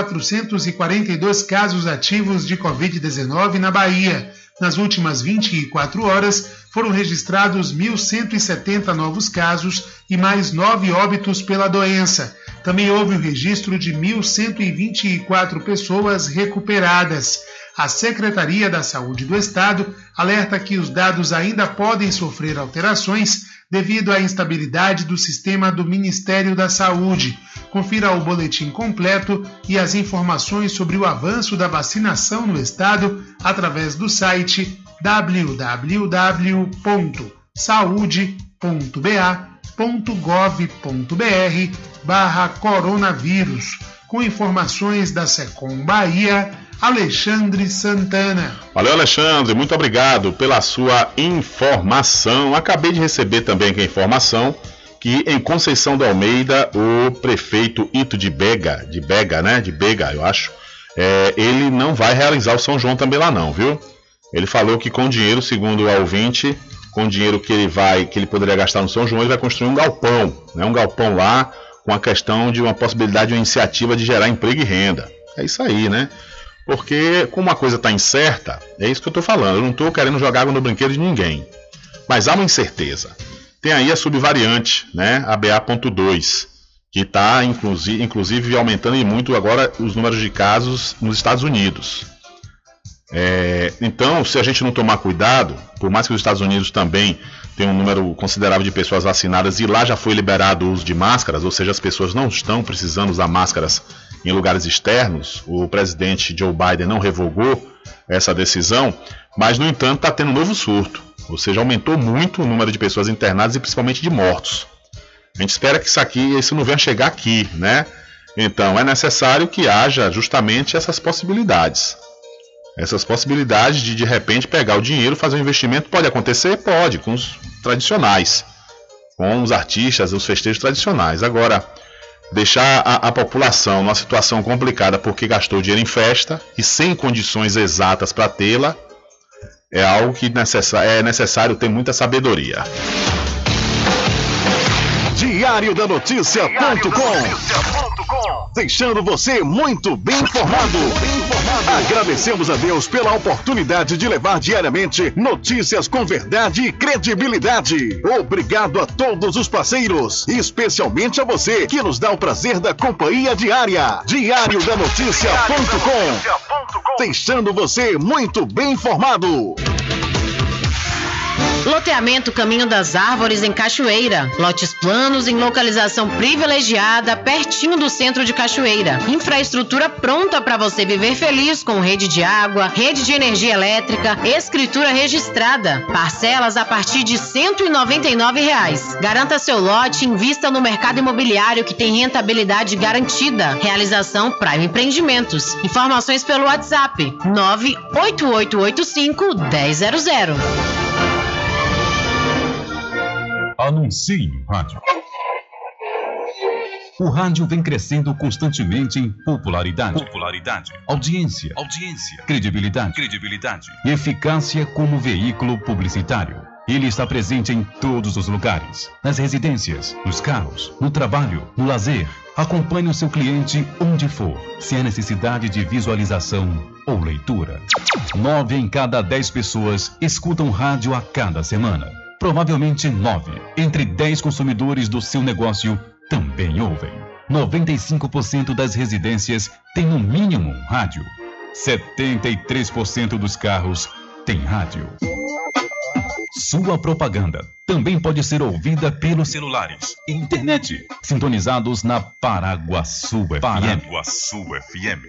1.442 casos ativos de Covid-19 na Bahia. Nas últimas 24 horas, foram registrados 1.170 novos casos e mais 9 óbitos pela doença. Também houve o registro de 1.124 pessoas recuperadas. A Secretaria da Saúde do Estado alerta que os dados ainda podem sofrer alterações devido à instabilidade do sistema do Ministério da Saúde. Confira o boletim completo e as informações sobre o avanço da vacinação no estado através do site www.saude.ba.gov.br/coronavírus. Com informações da Secom Bahia, Alexandre Santana. Valeu, Alexandre, muito obrigado pela sua informação. Acabei de receber também aqui a informação que em Conceição do Almeida, o prefeito Ito de Bega, eu acho, ele não vai realizar o São João também lá não, viu? Ele falou que com dinheiro, segundo o ouvinte, com dinheiro que ele poderia gastar no São João, ele vai construir um galpão, né? Um galpão lá, com a questão de uma possibilidade de uma iniciativa de gerar emprego e renda. É isso aí, né? Porque como a coisa está incerta, é isso que eu estou falando, eu não estou querendo jogar água no brinquedo de ninguém. Mas há uma incerteza. Tem aí a subvariante, né? A BA.2, que está inclusive aumentando e muito agora os números de casos nos Estados Unidos. Então, se a gente não tomar cuidado, por mais que os Estados Unidos também tenham um número considerável de pessoas vacinadas e lá já foi liberado o uso de máscaras, ou seja, as pessoas não estão precisando usar máscaras em lugares externos, o presidente Joe Biden não revogou essa decisão, mas no entanto está tendo um novo surto, ou seja, aumentou muito o número de pessoas internadas e principalmente de mortos. A gente espera que isso não venha chegar aqui, né? Então é necessário que haja justamente essas possibilidades. Essas possibilidades de repente pegar o dinheiro, fazer um investimento, pode acontecer? Pode, com os tradicionais, com os artistas, os festejos tradicionais. Agora, deixar a população numa situação complicada porque gastou dinheiro em festa e sem condições exatas para tê-la, é algo que é necessário ter muita sabedoria. Diário da Notícia.com, deixando você muito bem informado. Agradecemos a Deus pela oportunidade de levar diariamente notícias com verdade e credibilidade. Obrigado a todos os parceiros, especialmente a você que nos dá o prazer da companhia diária. Diário da Notícia.com, deixando você muito bem informado. Loteamento Caminho das Árvores em Cachoeira. Lotes planos em localização privilegiada, pertinho do centro de Cachoeira. Infraestrutura pronta para você viver feliz com rede de água, rede de energia elétrica, escritura registrada. Parcelas a partir de R$ 199. Garanta seu lote e invista no mercado imobiliário que tem rentabilidade garantida. Realização Prime Empreendimentos. Informações pelo WhatsApp 98885-1000. Anuncie no rádio. O rádio vem crescendo constantemente em popularidade, audiência, credibilidade, e eficácia como veículo publicitário. Ele está presente em todos os lugares, nas residências, nos carros, no trabalho, no lazer. Acompanhe o seu cliente onde for, sem a necessidade de visualização ou leitura. 9 em cada 10 pessoas escutam rádio a cada semana. Provavelmente 9 entre 10 consumidores do seu negócio também ouvem. 95% das residências têm no mínimo um rádio. 73% dos carros têm rádio. Sua propaganda também pode ser ouvida pelos celulares e internet, sintonizados na Paraguaçu FM.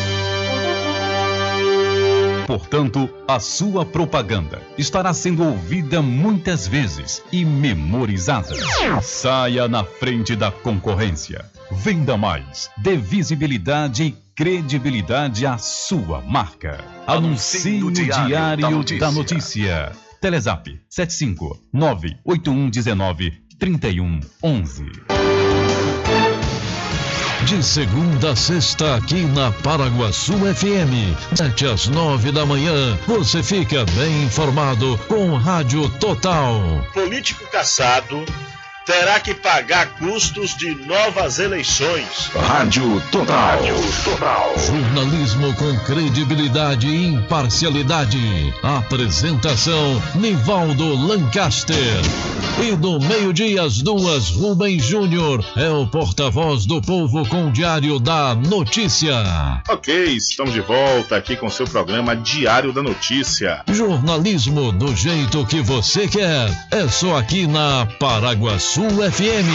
Portanto, a sua propaganda estará sendo ouvida muitas vezes e memorizada. Saia na frente da concorrência. Venda mais. Dê visibilidade e credibilidade à sua marca. Anuncie no Diário da Notícia. Telezap 759-8119-3111. De segunda a sexta, aqui na Paraguaçu FM, 7 às 9 da manhã, você fica bem informado com Rádio Total. Político cassado terá que pagar custos de novas eleições. Rádio Total. Jornalismo com credibilidade e imparcialidade. Apresentação, Nivaldo Lancaster. E do meio-dia às 2, Rubem Júnior é o porta-voz do povo com o Diário da Notícia. Ok, estamos de volta aqui com seu programa Diário da Notícia. Jornalismo do jeito que você quer. É só aqui na Paraguaçu FM.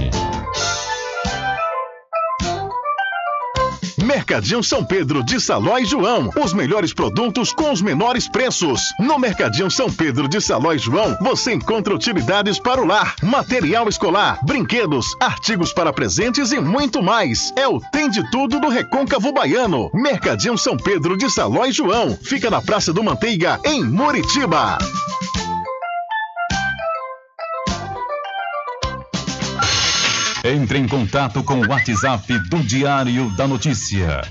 Mercadinho São Pedro de Saló e João. Os melhores produtos com os menores preços. No Mercadinho São Pedro de Saló e João, você encontra utilidades para o lar, material escolar, brinquedos, artigos para presentes e muito mais. É o Tem de Tudo do Recôncavo Baiano. Mercadinho São Pedro de Saló e João. Fica na Praça do Manteiga, em Muritiba. Entre em contato com o WhatsApp do Diário da Notícia.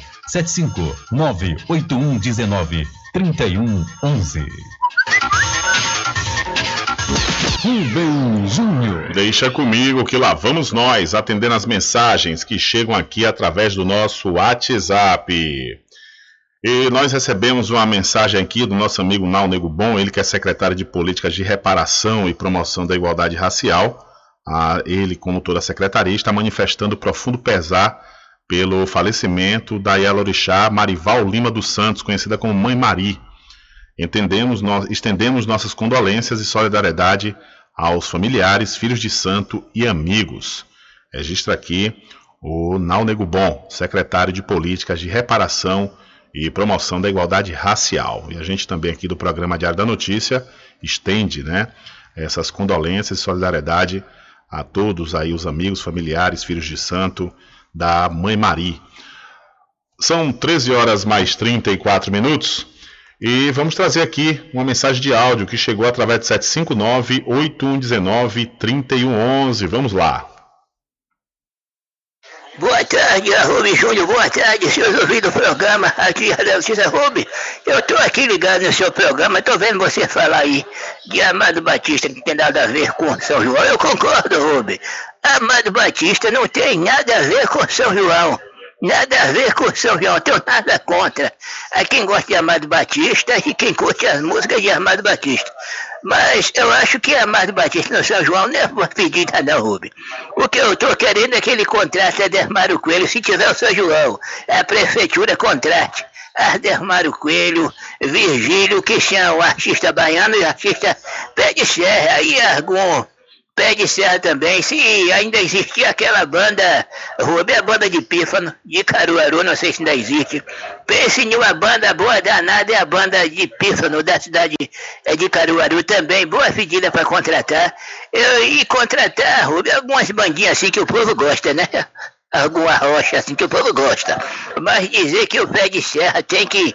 759-8119-3111. Rubem Júnior. Deixa comigo que lá vamos nós, atendendo as mensagens que chegam aqui através do nosso WhatsApp. E nós recebemos uma mensagem aqui do nosso amigo Nau Nego Bom, ele que é secretário de Políticas de Reparação e Promoção da Igualdade Racial. Ele, como toda a secretaria, está manifestando profundo pesar pelo falecimento da Yalorixá Marival Lima dos Santos, conhecida como Mãe Mari. Estendemos nossas condolências e solidariedade aos familiares, filhos de santo e amigos. Registra aqui o Nau Nego Bom, secretário de Políticas de Reparação e Promoção da Igualdade Racial. E a gente também aqui do programa Diário da Notícia estende, essas condolências e solidariedade a todos aí, os amigos, familiares, filhos de santo da Mãe Mari. São 13 horas mais 34 minutos e vamos trazer aqui uma mensagem de áudio que chegou através de 759-8119-3111. Vamos lá. Boa tarde, Rubem Júnior. Boa tarde, seus ouvintes do programa. Aqui é a Notícia Rubem. Eu estou aqui ligado no seu programa, estou vendo você falar aí de Amado Batista, que não tem nada a ver com São João. Eu concordo, Rubem. Amado Batista não tem nada a ver com São João. Nada a ver com São João, não tenho nada contra a quem gosta de Amado Batista e quem curte as músicas de Amado Batista. Mas eu acho que Amado Batista no São João não é uma pedida não, Rubem. O que eu estou querendo é que ele contrate Adermário Coelho se tiver o São João. A prefeitura contrate Adermário Coelho, Virgílio, que são artista baiano e artista pé de serra, e algum pé de serra também, se ainda existia aquela banda, Rubem, a banda de Pífano, de Caruaru, não sei se ainda existe. Pense em uma banda boa danada, é a banda de Pífano, da cidade de Caruaru também, boa pedida para contratar. E contratar, Rubem, algumas bandinhas assim que o povo gosta, né? Alguma rocha assim que o povo gosta. Mas dizer que o pé de serra tem que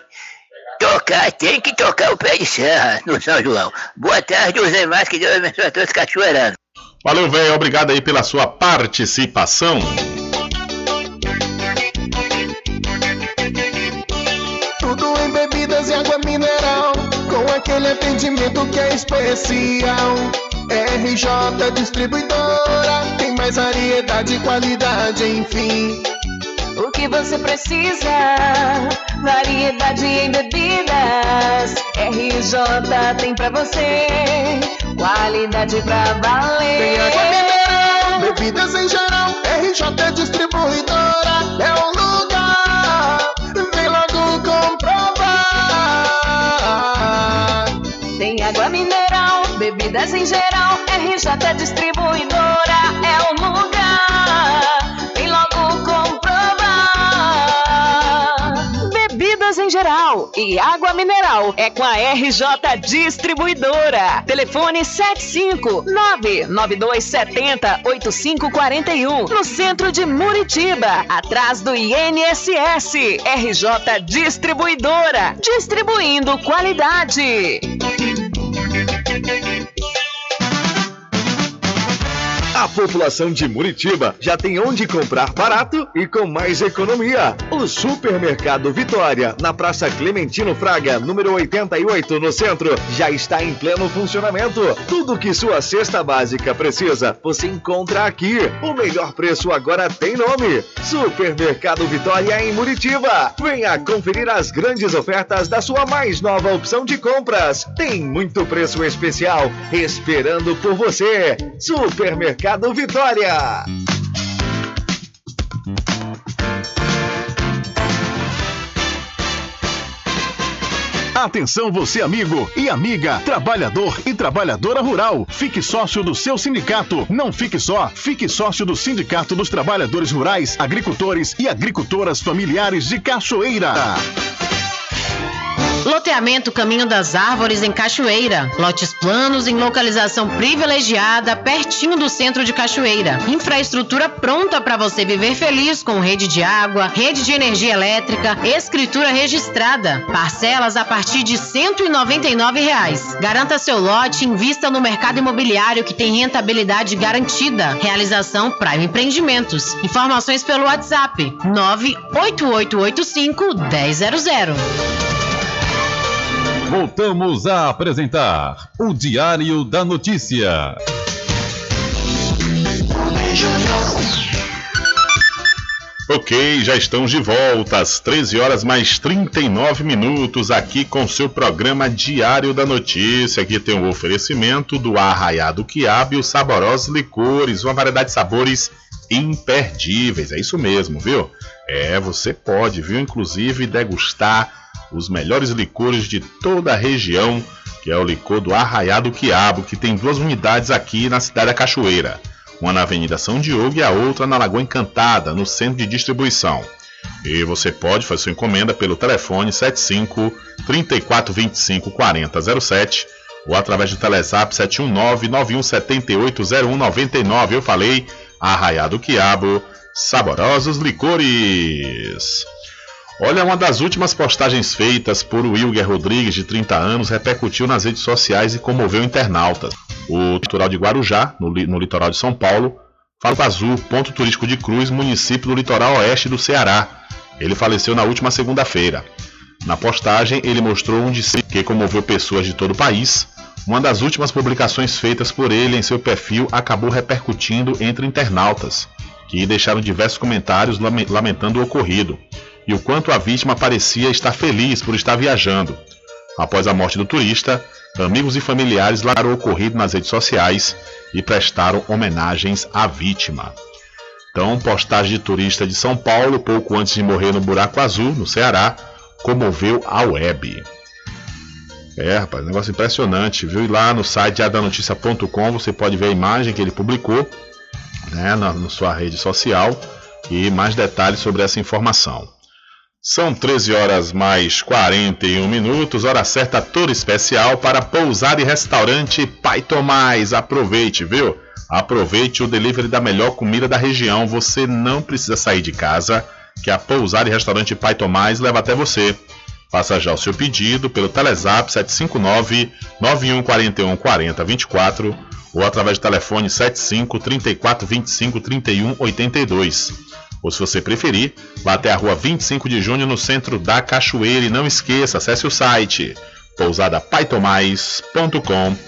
tocar o pé de serra no São João. Boa tarde, José Marques, que Deus abençoe a todos cachoeiranos. Valeu, velho, obrigado aí pela sua participação. Tudo em bebidas e água mineral, com aquele atendimento que é especial. RJ Distribuidora, tem mais variedade e qualidade, enfim. O que você precisa, variedade em bebidas, RJ tem pra você, qualidade pra valer. Tem água mineral, bebidas em geral, RJ Distribuidora é o lugar, vem logo comprovar. Tem água mineral, bebidas em geral, RJ Distribuidora é o lugar, vem logo comprovar. Bebidas em geral e água mineral é com a RJ Distribuidora. Telefone 75992708541, no centro de Muritiba, atrás do INSS. RJ Distribuidora, distribuindo qualidade. A população de Muritiba já tem onde comprar barato e com mais economia. O Supermercado Vitória, na Praça Clementino Fraga, número 88, no centro, já está em pleno funcionamento. Tudo que sua cesta básica precisa, você encontra aqui. O melhor preço agora tem nome: Supermercado Vitória em Muritiba. Venha conferir as grandes ofertas da sua mais nova opção de compras. Tem muito preço especial esperando por você. Supermercado Vitória. Atenção você amigo e amiga, trabalhador e trabalhadora rural. Fique sócio do seu sindicato. Não fique só, fique sócio do Sindicato dos Trabalhadores Rurais, Agricultores e Agricultoras Familiares de Cachoeira. Loteamento Caminho das Árvores em Cachoeira. Lotes planos em localização privilegiada, pertinho do centro de Cachoeira. Infraestrutura pronta para você viver feliz, com rede de água, rede de energia elétrica, escritura registrada. Parcelas a partir de R$ 199. Garanta seu lote e invista no mercado imobiliário que tem rentabilidade garantida. Realização Prime Empreendimentos. Informações pelo WhatsApp 98885-1000. Voltamos a apresentar o Diário da Notícia. Ok, já estamos de volta às 13 horas mais 39 minutos aqui com seu programa Diário da Notícia. Aqui tem o oferecimento do Arraiado Quiabo e os saborosos licores, uma variedade de sabores imperdíveis. É isso mesmo, viu? Você pode, viu, inclusive degustar os melhores licores de toda a região, que é o licor do Arraiado Quiabo, que tem 2 unidades aqui na cidade da Cachoeira. Uma na Avenida São Diogo e a outra na Lagoa Encantada, no centro de distribuição. E você pode fazer sua encomenda pelo telefone 75-3425-4007 ou através do Telezap 719-9178-0199. Eu falei Arraiado Quiabo, saborosos licores. Olha, uma das últimas postagens feitas por Wilger Rodrigues, de 30 anos, repercutiu nas redes sociais e comoveu internautas. O litoral de Guarujá, no litoral de São Paulo, Falo Azul, ponto turístico de Cruz, município do litoral oeste do Ceará. Ele faleceu na última segunda-feira. Na postagem, ele mostrou um discípulo que comoveu pessoas de todo o país. Uma das últimas publicações feitas por ele em seu perfil acabou repercutindo entre internautas, que deixaram diversos comentários lamentando o ocorrido e o quanto a vítima parecia estar feliz por estar viajando. Após a morte do turista, amigos e familiares relataram o ocorrido nas redes sociais e prestaram homenagens à vítima. Então, postagem de turista de São Paulo, pouco antes de morrer no Buraco Azul, no Ceará, comoveu a web. Rapaz, negócio impressionante, viu? E lá no site diariodanoticia.com você pode ver a imagem que ele publicou, né, na sua rede social, e mais detalhes sobre essa informação. São 13 horas mais 41 minutos, hora certa toda especial para Pousada e Restaurante Pai Tomás. Aproveite, viu? Aproveite o delivery da melhor comida da região. Você não precisa sair de casa, que a Pousada e Restaurante Pai Tomás leva até você. Faça já o seu pedido pelo Telezap 759-9141-4024 ou através do telefone 75 34 25 31 82. Ou se você preferir, vá até a rua 25 de junho no centro da Cachoeira e não esqueça, acesse o site pousadapaitomais.com.br.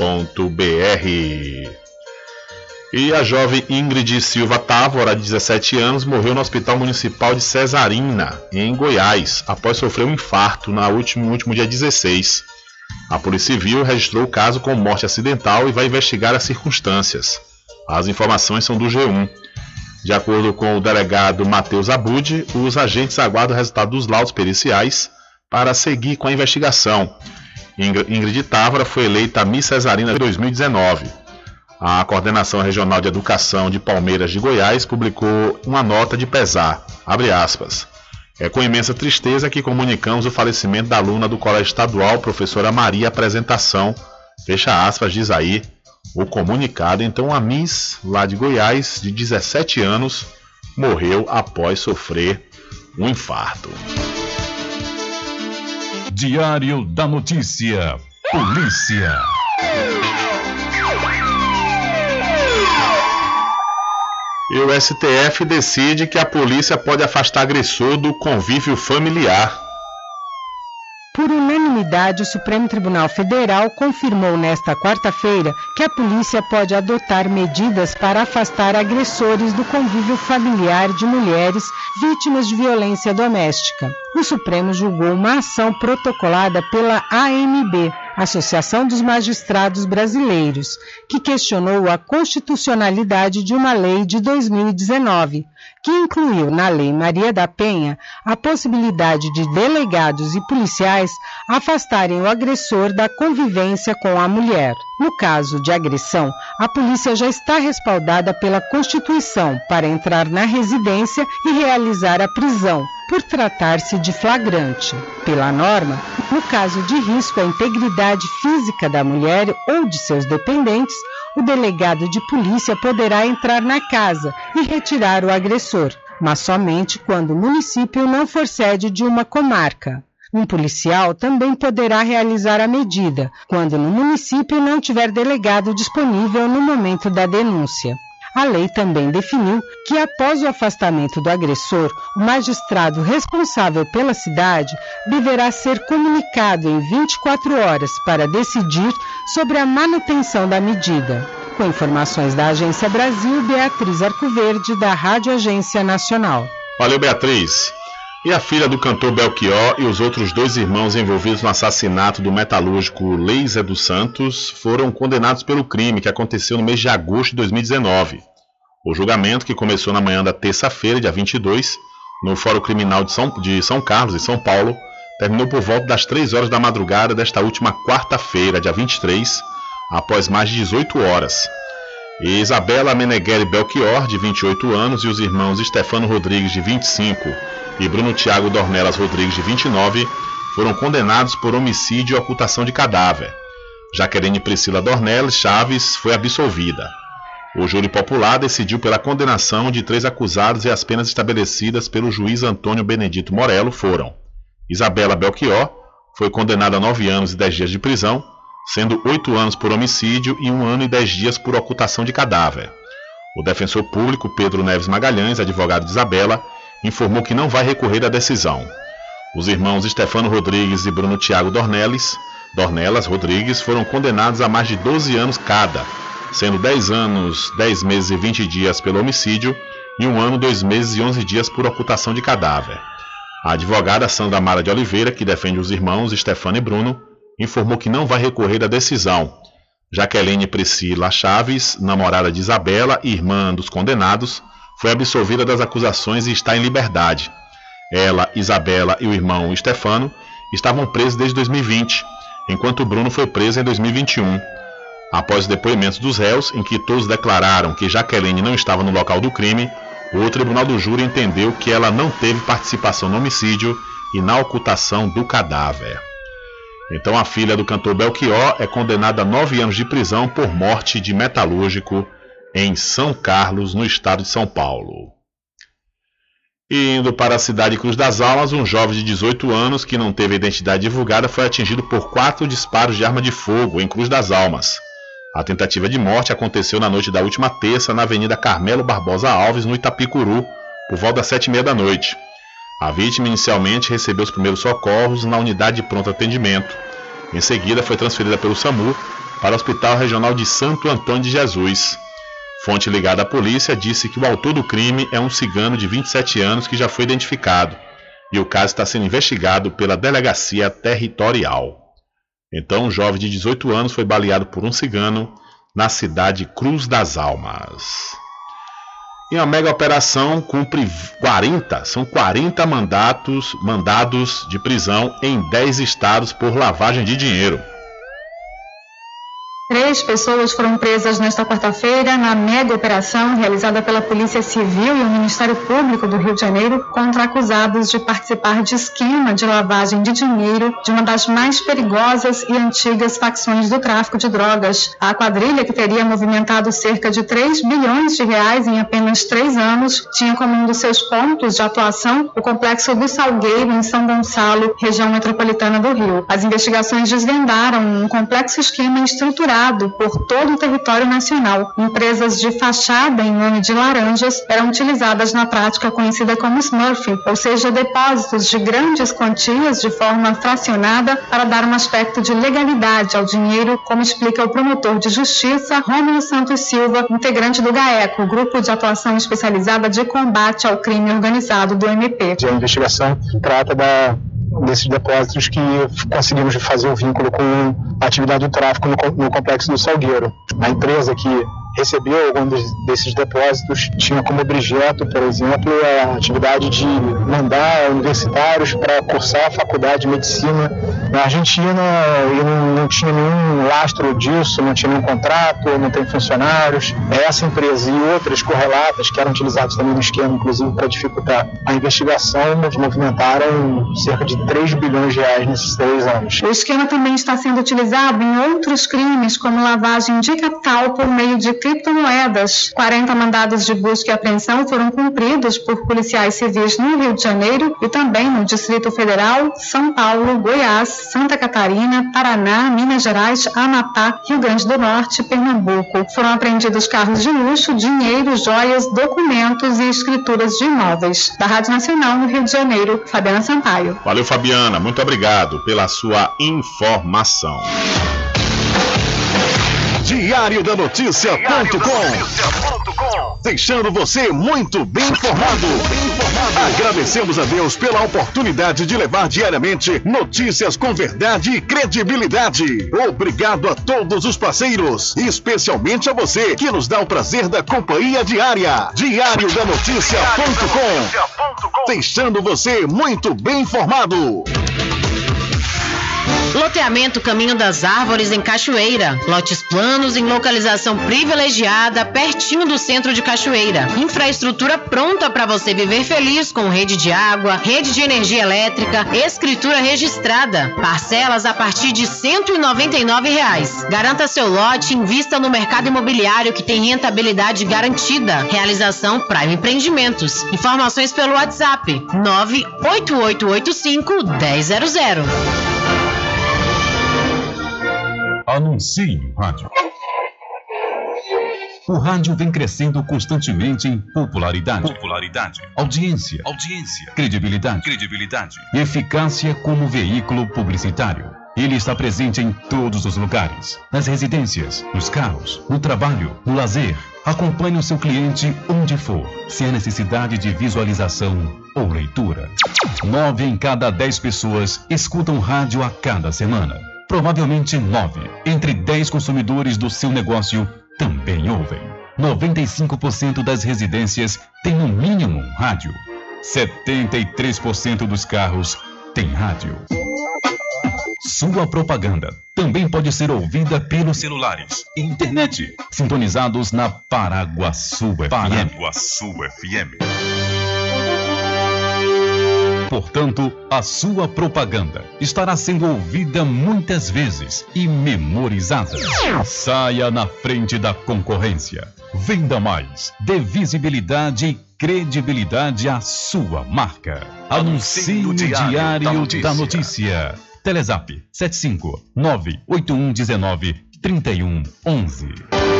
E a jovem Ingrid Silva Távora, de 17 anos, morreu no Hospital Municipal de Cesarina, em Goiás, após sofrer um infarto no último dia 16. A Polícia Civil registrou o caso com morte acidental e vai investigar as circunstâncias. As informações são do G1. De acordo com o delegado Matheus Abud, os agentes aguardam o resultado dos laudos periciais para seguir com a investigação. Ingrid Távora foi eleita Miss Cesarina de 2019. A Coordenação Regional de Educação de Palmeiras de Goiás publicou uma nota de pesar, abre aspas. É com imensa tristeza que comunicamos o falecimento da aluna do Colégio Estadual, professora Maria Apresentação, fecha aspas, diz aí o comunicado. Então a Miss lá de Goiás, de 17 anos, morreu após sofrer um infarto. Diário da Notícia. Polícia. E o STF decide que a polícia pode afastar agressor do convívio familiar. Por unanimidade, o Supremo Tribunal Federal confirmou nesta quarta-feira que a polícia pode adotar medidas para afastar agressores do convívio familiar de mulheres vítimas de violência doméstica. O Supremo julgou uma ação protocolada pela AMB, Associação dos Magistrados Brasileiros, que questionou a constitucionalidade de uma lei de 2019, que incluiu na Lei Maria da Penha a possibilidade de delegados e policiais afastarem o agressor da convivência com a mulher. No caso de agressão, a polícia já está respaldada pela Constituição para entrar na residência e realizar a prisão, por tratar-se de flagrante. Pela norma, no caso de risco à integridade física da mulher ou de seus dependentes, o delegado de polícia poderá entrar na casa e retirar o agressor, mas somente quando o município não for sede de uma comarca. Um policial também poderá realizar a medida, quando no município não tiver delegado disponível no momento da denúncia. A lei também definiu que, após o afastamento do agressor, o magistrado responsável pela cidade deverá ser comunicado em 24 horas para decidir sobre a manutenção da medida. Com informações da Agência Brasil, Beatriz Arcoverde, da Rádio Agência Nacional. Valeu, Beatriz. E a filha do cantor Belchior e os outros 2 irmãos envolvidos no assassinato do metalúrgico Leiser dos Santos foram condenados pelo crime que aconteceu no mês de agosto de 2019. O julgamento, que começou na manhã da terça-feira, dia 22, no Fórum Criminal de São Carlos, em São Paulo, terminou por volta das 3 horas da madrugada desta última quarta-feira, dia 23, após mais de 18 horas. E Isabela Meneghelli Belchior, de 28 anos, e os irmãos Stefano Rodrigues, de 25, e Bruno Tiago Dornelas Rodrigues, de 29, foram condenados por homicídio e ocultação de cadáver. Jaqueline Priscila Dornelas Chaves foi absolvida. O júri popular decidiu pela condenação de 3 acusados e as penas estabelecidas pelo juiz Antônio Benedito Morello foram: Isabela Belchior foi condenada a 9 anos e 10 dias de prisão, sendo 8 anos por homicídio e 1 ano e 10 dias por ocultação de cadáver. O defensor público Pedro Neves Magalhães, advogado de Isabela, informou que não vai recorrer à decisão. Os irmãos Stefano Rodrigues e Bruno Tiago Dornelas Rodrigues foram condenados a mais de 12 anos cada, sendo 10 anos, 10 meses e 20 dias pelo homicídio e 1 ano, 2 meses e 11 dias por ocultação de cadáver. A advogada Sandra Mara de Oliveira, que defende os irmãos Stefano e Bruno, informou que não vai recorrer à decisão. Jaqueline Priscila Chaves, namorada de Isabela e irmã dos condenados, foi absolvida das acusações e está em liberdade. Ela, Isabela e o irmão Stefano estavam presos desde 2020, enquanto Bruno foi preso em 2021. Após os depoimentos dos réus, em que todos declararam que Jaqueline não estava no local do crime, o tribunal do júri entendeu que ela não teve participação no homicídio e na ocultação do cadáver. Então a filha do cantor Belchior é condenada a 9 anos de prisão por morte de metalúrgico em São Carlos, no estado de São Paulo. E indo para a cidade de Cruz das Almas, um jovem de 18 anos que não teve a identidade divulgada foi atingido por 4 disparos de arma de fogo em Cruz das Almas. A tentativa de morte aconteceu na noite da última terça na Avenida Carmelo Barbosa Alves, no Itapicuru, por volta das 7h30 da noite. A vítima inicialmente recebeu os primeiros socorros na unidade de pronto atendimento. Em seguida, foi transferida pelo SAMU para o Hospital Regional de Santo Antônio de Jesus. Fonte ligada à polícia disse que o autor do crime é um cigano de 27 anos que já foi identificado, e o caso está sendo investigado pela Delegacia Territorial. Então, um jovem de 18 anos foi baleado por um cigano na cidade Cruz das Almas. E a mega operação cumpre 40 mandados de prisão em 10 estados por lavagem de dinheiro. 3 pessoas foram presas nesta quarta-feira na mega operação realizada pela Polícia Civil e o Ministério Público do Rio de Janeiro contra acusados de participar de esquema de lavagem de dinheiro de uma das mais perigosas e antigas facções do tráfico de drogas. A quadrilha, que teria movimentado cerca de 3 bilhões de reais em apenas 3 anos, tinha como um dos seus pontos de atuação o Complexo do Salgueiro, em São Gonçalo, região metropolitana do Rio. As investigações desvendaram um complexo esquema estruturado por todo o território nacional. Empresas de fachada em nome de laranjas eram utilizadas na prática conhecida como Smurf, ou seja, depósitos de grandes quantias de forma fracionada para dar um aspecto de legalidade ao dinheiro, como explica o promotor de justiça Rômulo Santos Silva, integrante do GAECO, Grupo de Atuação Especializada de Combate ao Crime Organizado do MP. A investigação trata desses depósitos que conseguimos fazer o vínculo com a atividade do tráfico no Complexo do Salgueiro. A empresa que recebeu algum desses depósitos tinha como objeto, por exemplo, a atividade de mandar universitários para cursar a faculdade de medicina na Argentina, e não tinha nenhum lastro disso, não tinha nenhum contrato, não tem funcionários. Essa empresa e outras correlatas que eram utilizadas também no esquema, inclusive para dificultar a investigação, movimentaram cerca de 3 bilhões de reais nesses 3 anos. O esquema também está sendo utilizado em outros crimes, como lavagem de capital por meio de criptomoedas. 40 mandados de busca e apreensão foram cumpridos por policiais civis no Rio de Janeiro e também no Distrito Federal, São Paulo, Goiás, Santa Catarina, Paraná, Minas Gerais, Amapá, Rio Grande do Norte e Pernambuco. Foram apreendidos carros de luxo, dinheiro, joias, documentos e escrituras de imóveis. Da Rádio Nacional, no Rio de Janeiro, Fabiana Sampaio. Valeu, Fabiana. Muito obrigado pela sua informação. Diário da Notícia.com, deixando você muito bem informado. Agradecemos a Deus pela oportunidade de levar diariamente notícias com verdade e credibilidade. Obrigado a todos os parceiros, especialmente a você que nos dá o prazer da companhia diária. Diário da Notícia.com, deixando você muito bem informado. Loteamento Caminho das Árvores, em Cachoeira. Lotes planos em localização privilegiada, pertinho do centro de Cachoeira. Infraestrutura pronta para você viver feliz, com rede de água, rede de energia elétrica, escritura registrada. Parcelas a partir de R$ 199. Garanta seu lote e invista no mercado imobiliário, que tem rentabilidade garantida. Realização Prime Empreendimentos. Informações pelo WhatsApp 98885-1000. Anuncie o rádio. O rádio vem crescendo constantemente em popularidade, audiência, credibilidade, e eficácia como veículo publicitário. Ele está presente em todos os lugares, nas residências, nos carros, no trabalho, no lazer. Acompanhe o seu cliente onde for, sem a necessidade de visualização ou leitura. 9 em cada 10 pessoas escutam rádio a cada semana. Provavelmente 9 entre 10 consumidores do seu negócio também ouvem. 95% das residências têm no mínimo um rádio. 73% dos carros têm rádio. Sua propaganda também pode ser ouvida pelos celulares e internet, sintonizados na Paraguaçu FM. Portanto, a sua propaganda estará sendo ouvida muitas vezes e memorizada. Saia na frente da concorrência. Venda mais. Dê visibilidade e credibilidade à sua marca. Anuncie no Diário da Notícia. Telezap 7598119 3111.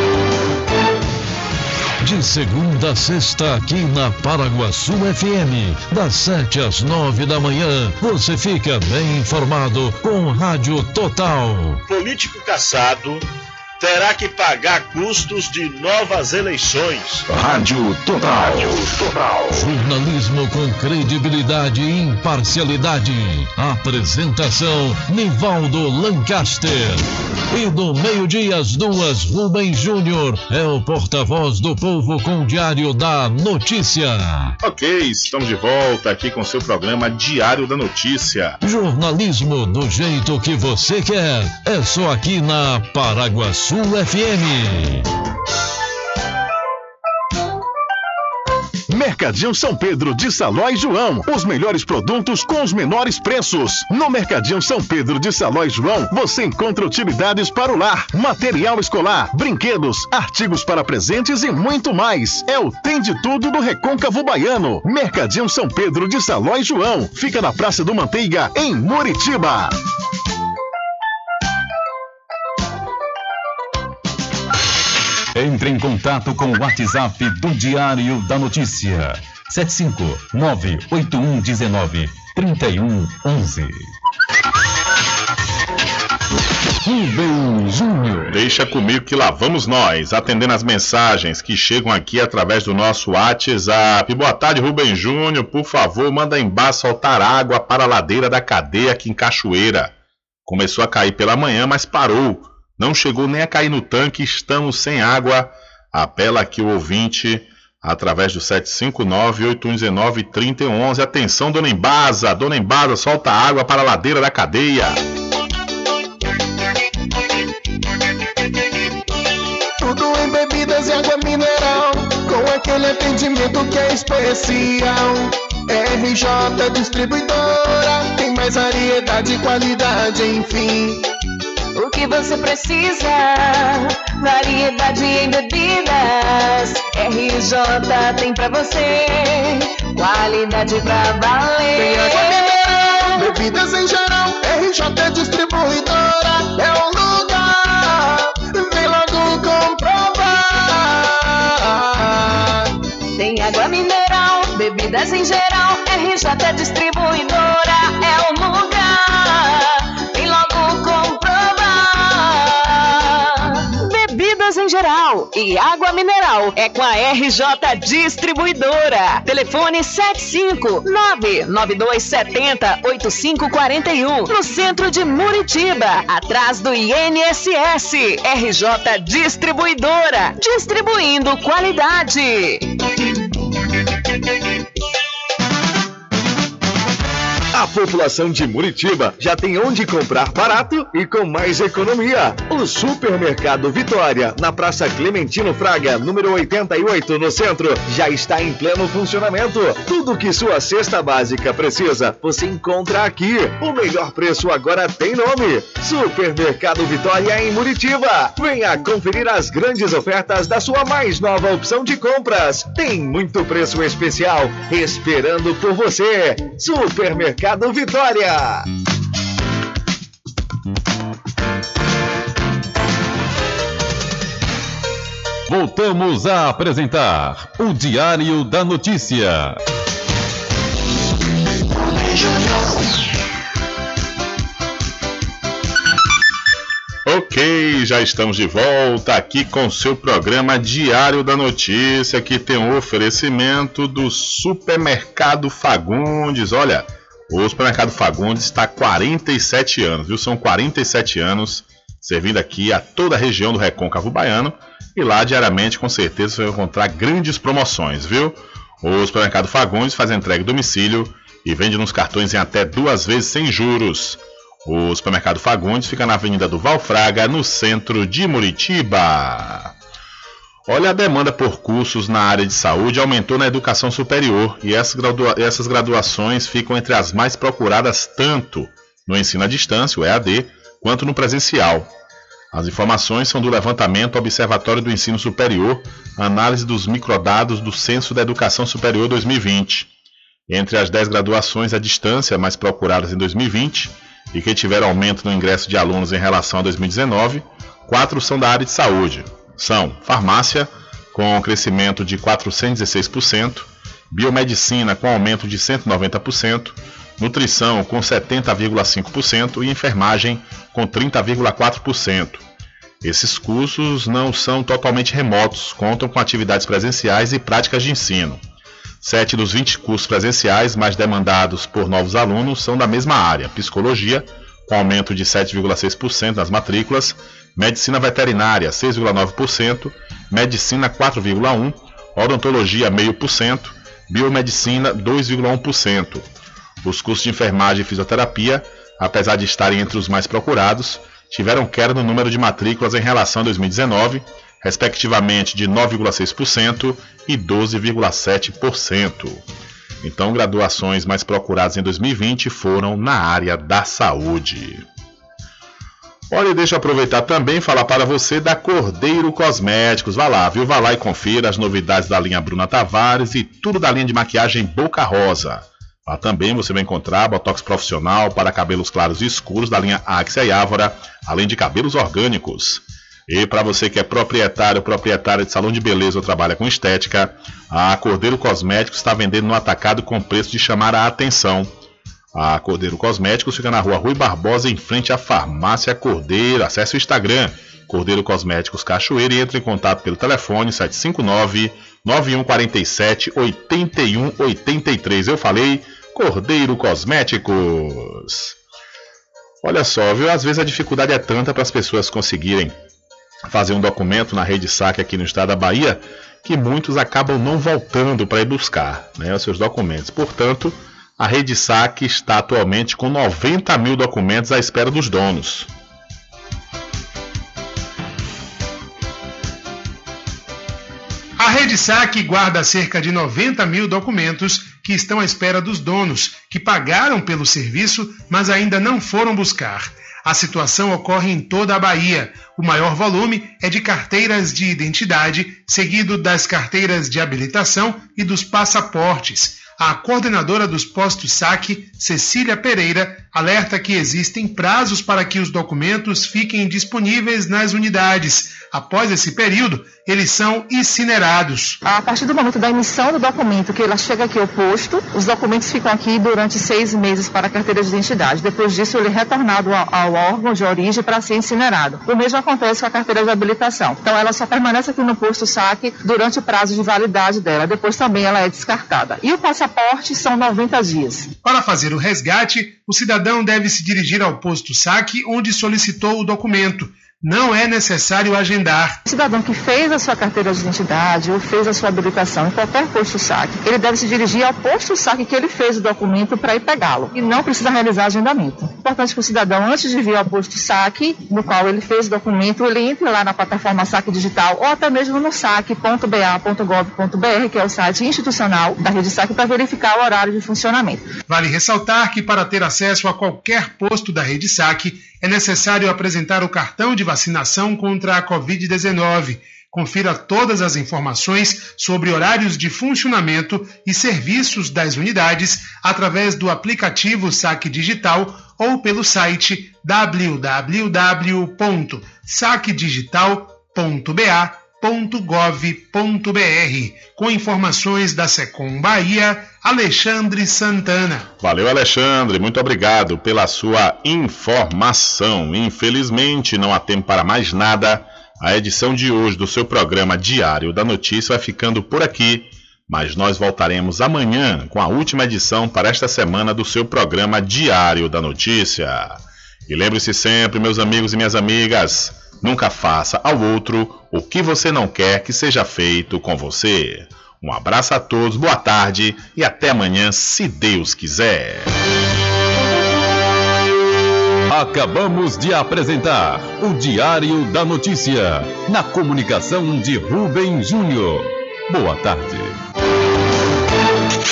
De segunda a sexta, aqui na Paraguaçu FM, das 7 às 9 da manhã, você fica bem informado com Rádio Total. Político cassado terá que pagar custos de novas eleições. Rádio Total. Jornalismo com credibilidade e imparcialidade. Apresentação, Nivaldo Lancaster. E do meio-dia às 2, Rubens Júnior é o porta-voz do povo com o Diário da Notícia. Ok, estamos de volta aqui com seu programa Diário da Notícia. Jornalismo do jeito que você quer. É só aqui na Paraguaçu FM. Mercadinho São Pedro de Saló e João. Os melhores produtos com os menores preços. No Mercadinho São Pedro de Saló e João, você encontra utilidades para o lar, material escolar, brinquedos, artigos para presentes e muito mais. É o Tem de Tudo do Recôncavo Baiano. Mercadinho São Pedro de Saló e João. Fica na Praça do Manteiga, em Muritiba. Entre em contato com o WhatsApp do Diário da Notícia. 759-8119-3111. Rubem Júnior. Deixa comigo que lá vamos nós, atendendo as mensagens que chegam aqui através do nosso WhatsApp. Boa tarde, Rubem Júnior. Por favor, manda embaixo soltar água para a ladeira da cadeia aqui em Cachoeira. Começou a cair pela manhã, mas parou. Não chegou nem a cair no tanque, estamos sem água. Apela aqui o ouvinte através do 759-8119-3011. Atenção, Dona Embasa, solta água para a ladeira da cadeia. Tudo em bebidas e água mineral, com aquele atendimento que é especial. RJ Distribuidora, tem mais variedade e qualidade, enfim. O que você precisa? Variedade em bebidas. RJ tem pra você. Qualidade pra valer. Tem água mineral, bebidas em geral. RJ Distribuidora é o lugar. Vem logo comprovar. Tem água mineral, bebidas em geral. RJ Distribuidora é o lugar. Vem logo comprovar. Bebidas em geral e água mineral é com a RJ Distribuidora. Telefone 759-9270-8541, no centro de Muritiba, atrás do INSS. RJ Distribuidora, distribuindo qualidade. A população de Muritiba já tem onde comprar barato e com mais economia. O Supermercado Vitória, na Praça Clementino Fraga, número 88, no centro, já está em pleno funcionamento. Tudo que sua cesta básica precisa, você encontra aqui. O melhor preço agora tem nome: Supermercado Vitória em Muritiba. Venha conferir as grandes ofertas da sua mais nova opção de compras. Tem muito preço especial esperando por você. Supermercado Vitória. Voltamos a apresentar o Diário da Notícia. Ok, já estamos de volta aqui com seu programa Diário da Notícia, que tem um oferecimento do Supermercado Fagundes. Olha, o Supermercado Fagundes está há 47 anos, viu? São 47 anos servindo aqui a toda a região do Recôncavo Baiano, e lá diariamente com certeza você vai encontrar grandes promoções, viu? O Supermercado Fagundes faz entrega em domicílio e vende nos cartões em até 2 vezes sem juros. O Supermercado Fagundes fica na Avenida do Valfraga, no centro de Muritiba. Olha, a demanda por cursos na área de saúde aumentou na educação superior e essas graduações ficam entre as mais procuradas tanto no ensino à distância, o EAD, quanto no presencial. As informações são do levantamento Observatório do Ensino Superior, análise dos microdados do Censo da Educação Superior 2020. Entre as 10 graduações à distância mais procuradas em 2020 e que tiveram aumento no ingresso de alunos em relação a 2019, 4 são da área de saúde. São farmácia, com crescimento de 416%, biomedicina, com aumento de 190%, nutrição, com 70,5% e enfermagem, com 30,4%. Esses cursos não são totalmente remotos, contam com atividades presenciais e práticas de ensino. 7 dos 20 cursos presenciais mais demandados por novos alunos são da mesma área: psicologia, com aumento de 7,6% nas matrículas, medicina veterinária 6,9%, medicina 4,1%, odontologia 0,5%, biomedicina 2,1%. Os cursos de enfermagem e fisioterapia, apesar de estarem entre os mais procurados, tiveram queda no número de matrículas em relação a 2019, respectivamente de 9,6% e 12,7%. Então, graduações mais procuradas em 2020 foram na área da saúde. Olha, deixa eu aproveitar também e falar para você da Cordeiro Cosméticos. Vá lá, viu? Vá lá e confira as novidades da linha Bruna Tavares e tudo da linha de maquiagem Boca Rosa. Lá também você vai encontrar botox profissional para cabelos claros e escuros da linha Axia e Ávora, além de cabelos orgânicos. E para você que é proprietário ou proprietária de salão de beleza ou trabalha com estética, a Cordeiro Cosméticos está vendendo no atacado com preço de chamar a atenção. A Cordeiro Cosméticos fica na rua Rui Barbosa, em frente à Farmácia Cordeiro. Acesse o Instagram, Cordeiro Cosméticos Cachoeira, e entre em contato pelo telefone 759-9147-8183. Eu falei Cordeiro Cosméticos. Olha só, viu? Às vezes a dificuldade é tanta para as pessoas conseguirem fazer um documento na Rede Saque aqui no estado da Bahia, que muitos acabam não voltando para ir buscar, né, os seus documentos. Portanto, a Rede Saque está atualmente com 90 mil documentos à espera dos donos. A Rede Saque guarda cerca de 90 mil documentos que estão à espera dos donos, que pagaram pelo serviço, mas ainda não foram buscar. A situação ocorre em toda a Bahia. O maior volume é de carteiras de identidade, seguido das carteiras de habilitação e dos passaportes. A coordenadora dos postos Saque, Cecília Pereira, alerta que existem prazos para que os documentos fiquem disponíveis nas unidades. Após esse período, eles são incinerados. A partir do momento da emissão do documento, que ela chega aqui ao posto, os documentos ficam aqui durante 6 meses para a carteira de identidade. Depois disso, ele é retornado ao órgão de origem para ser incinerado. O mesmo acontece com a carteira de habilitação. Então, ela só permanece aqui no posto Saque durante o prazo de validade dela. Depois também ela é descartada. E o passaporte são 90 dias. Para fazer o resgate, o cidadão deve se dirigir ao posto Saque, onde solicitou o documento. Não é necessário agendar. O cidadão que fez a sua carteira de identidade ou fez a sua habilitação em qualquer posto Saque, ele deve se dirigir ao posto Saque que ele fez o documento para ir pegá-lo. E não precisa realizar agendamento. Importante que o cidadão, antes de vir ao posto Saque, no qual ele fez o documento, ele entre lá na plataforma Saque Digital ou até mesmo no saque.ba.gov.br, que é o site institucional da Rede Saque, para verificar o horário de funcionamento. Vale ressaltar que para ter acesso a qualquer posto da Rede Saque, é necessário apresentar o cartão de vacinação contra a Covid-19. Confira todas as informações sobre horários de funcionamento e serviços das unidades através do aplicativo Saque Digital ou pelo site www.saquedigital.ba.gov.br. Com informações da Secom Bahia, Alexandre Santana. Valeu, Alexandre, muito obrigado pela sua informação. Infelizmente, não há tempo para mais nada. A edição de hoje do seu programa Diário da Notícia vai ficando por aqui, mas nós voltaremos amanhã com a última edição para esta semana do seu programa Diário da Notícia. E lembre-se sempre, meus amigos e minhas amigas, nunca faça ao outro o que você não quer que seja feito com você. Um abraço a todos, boa tarde e até amanhã, se Deus quiser. Acabamos de apresentar o Diário da Notícia, na comunicação de Rubem Júnior. Boa tarde.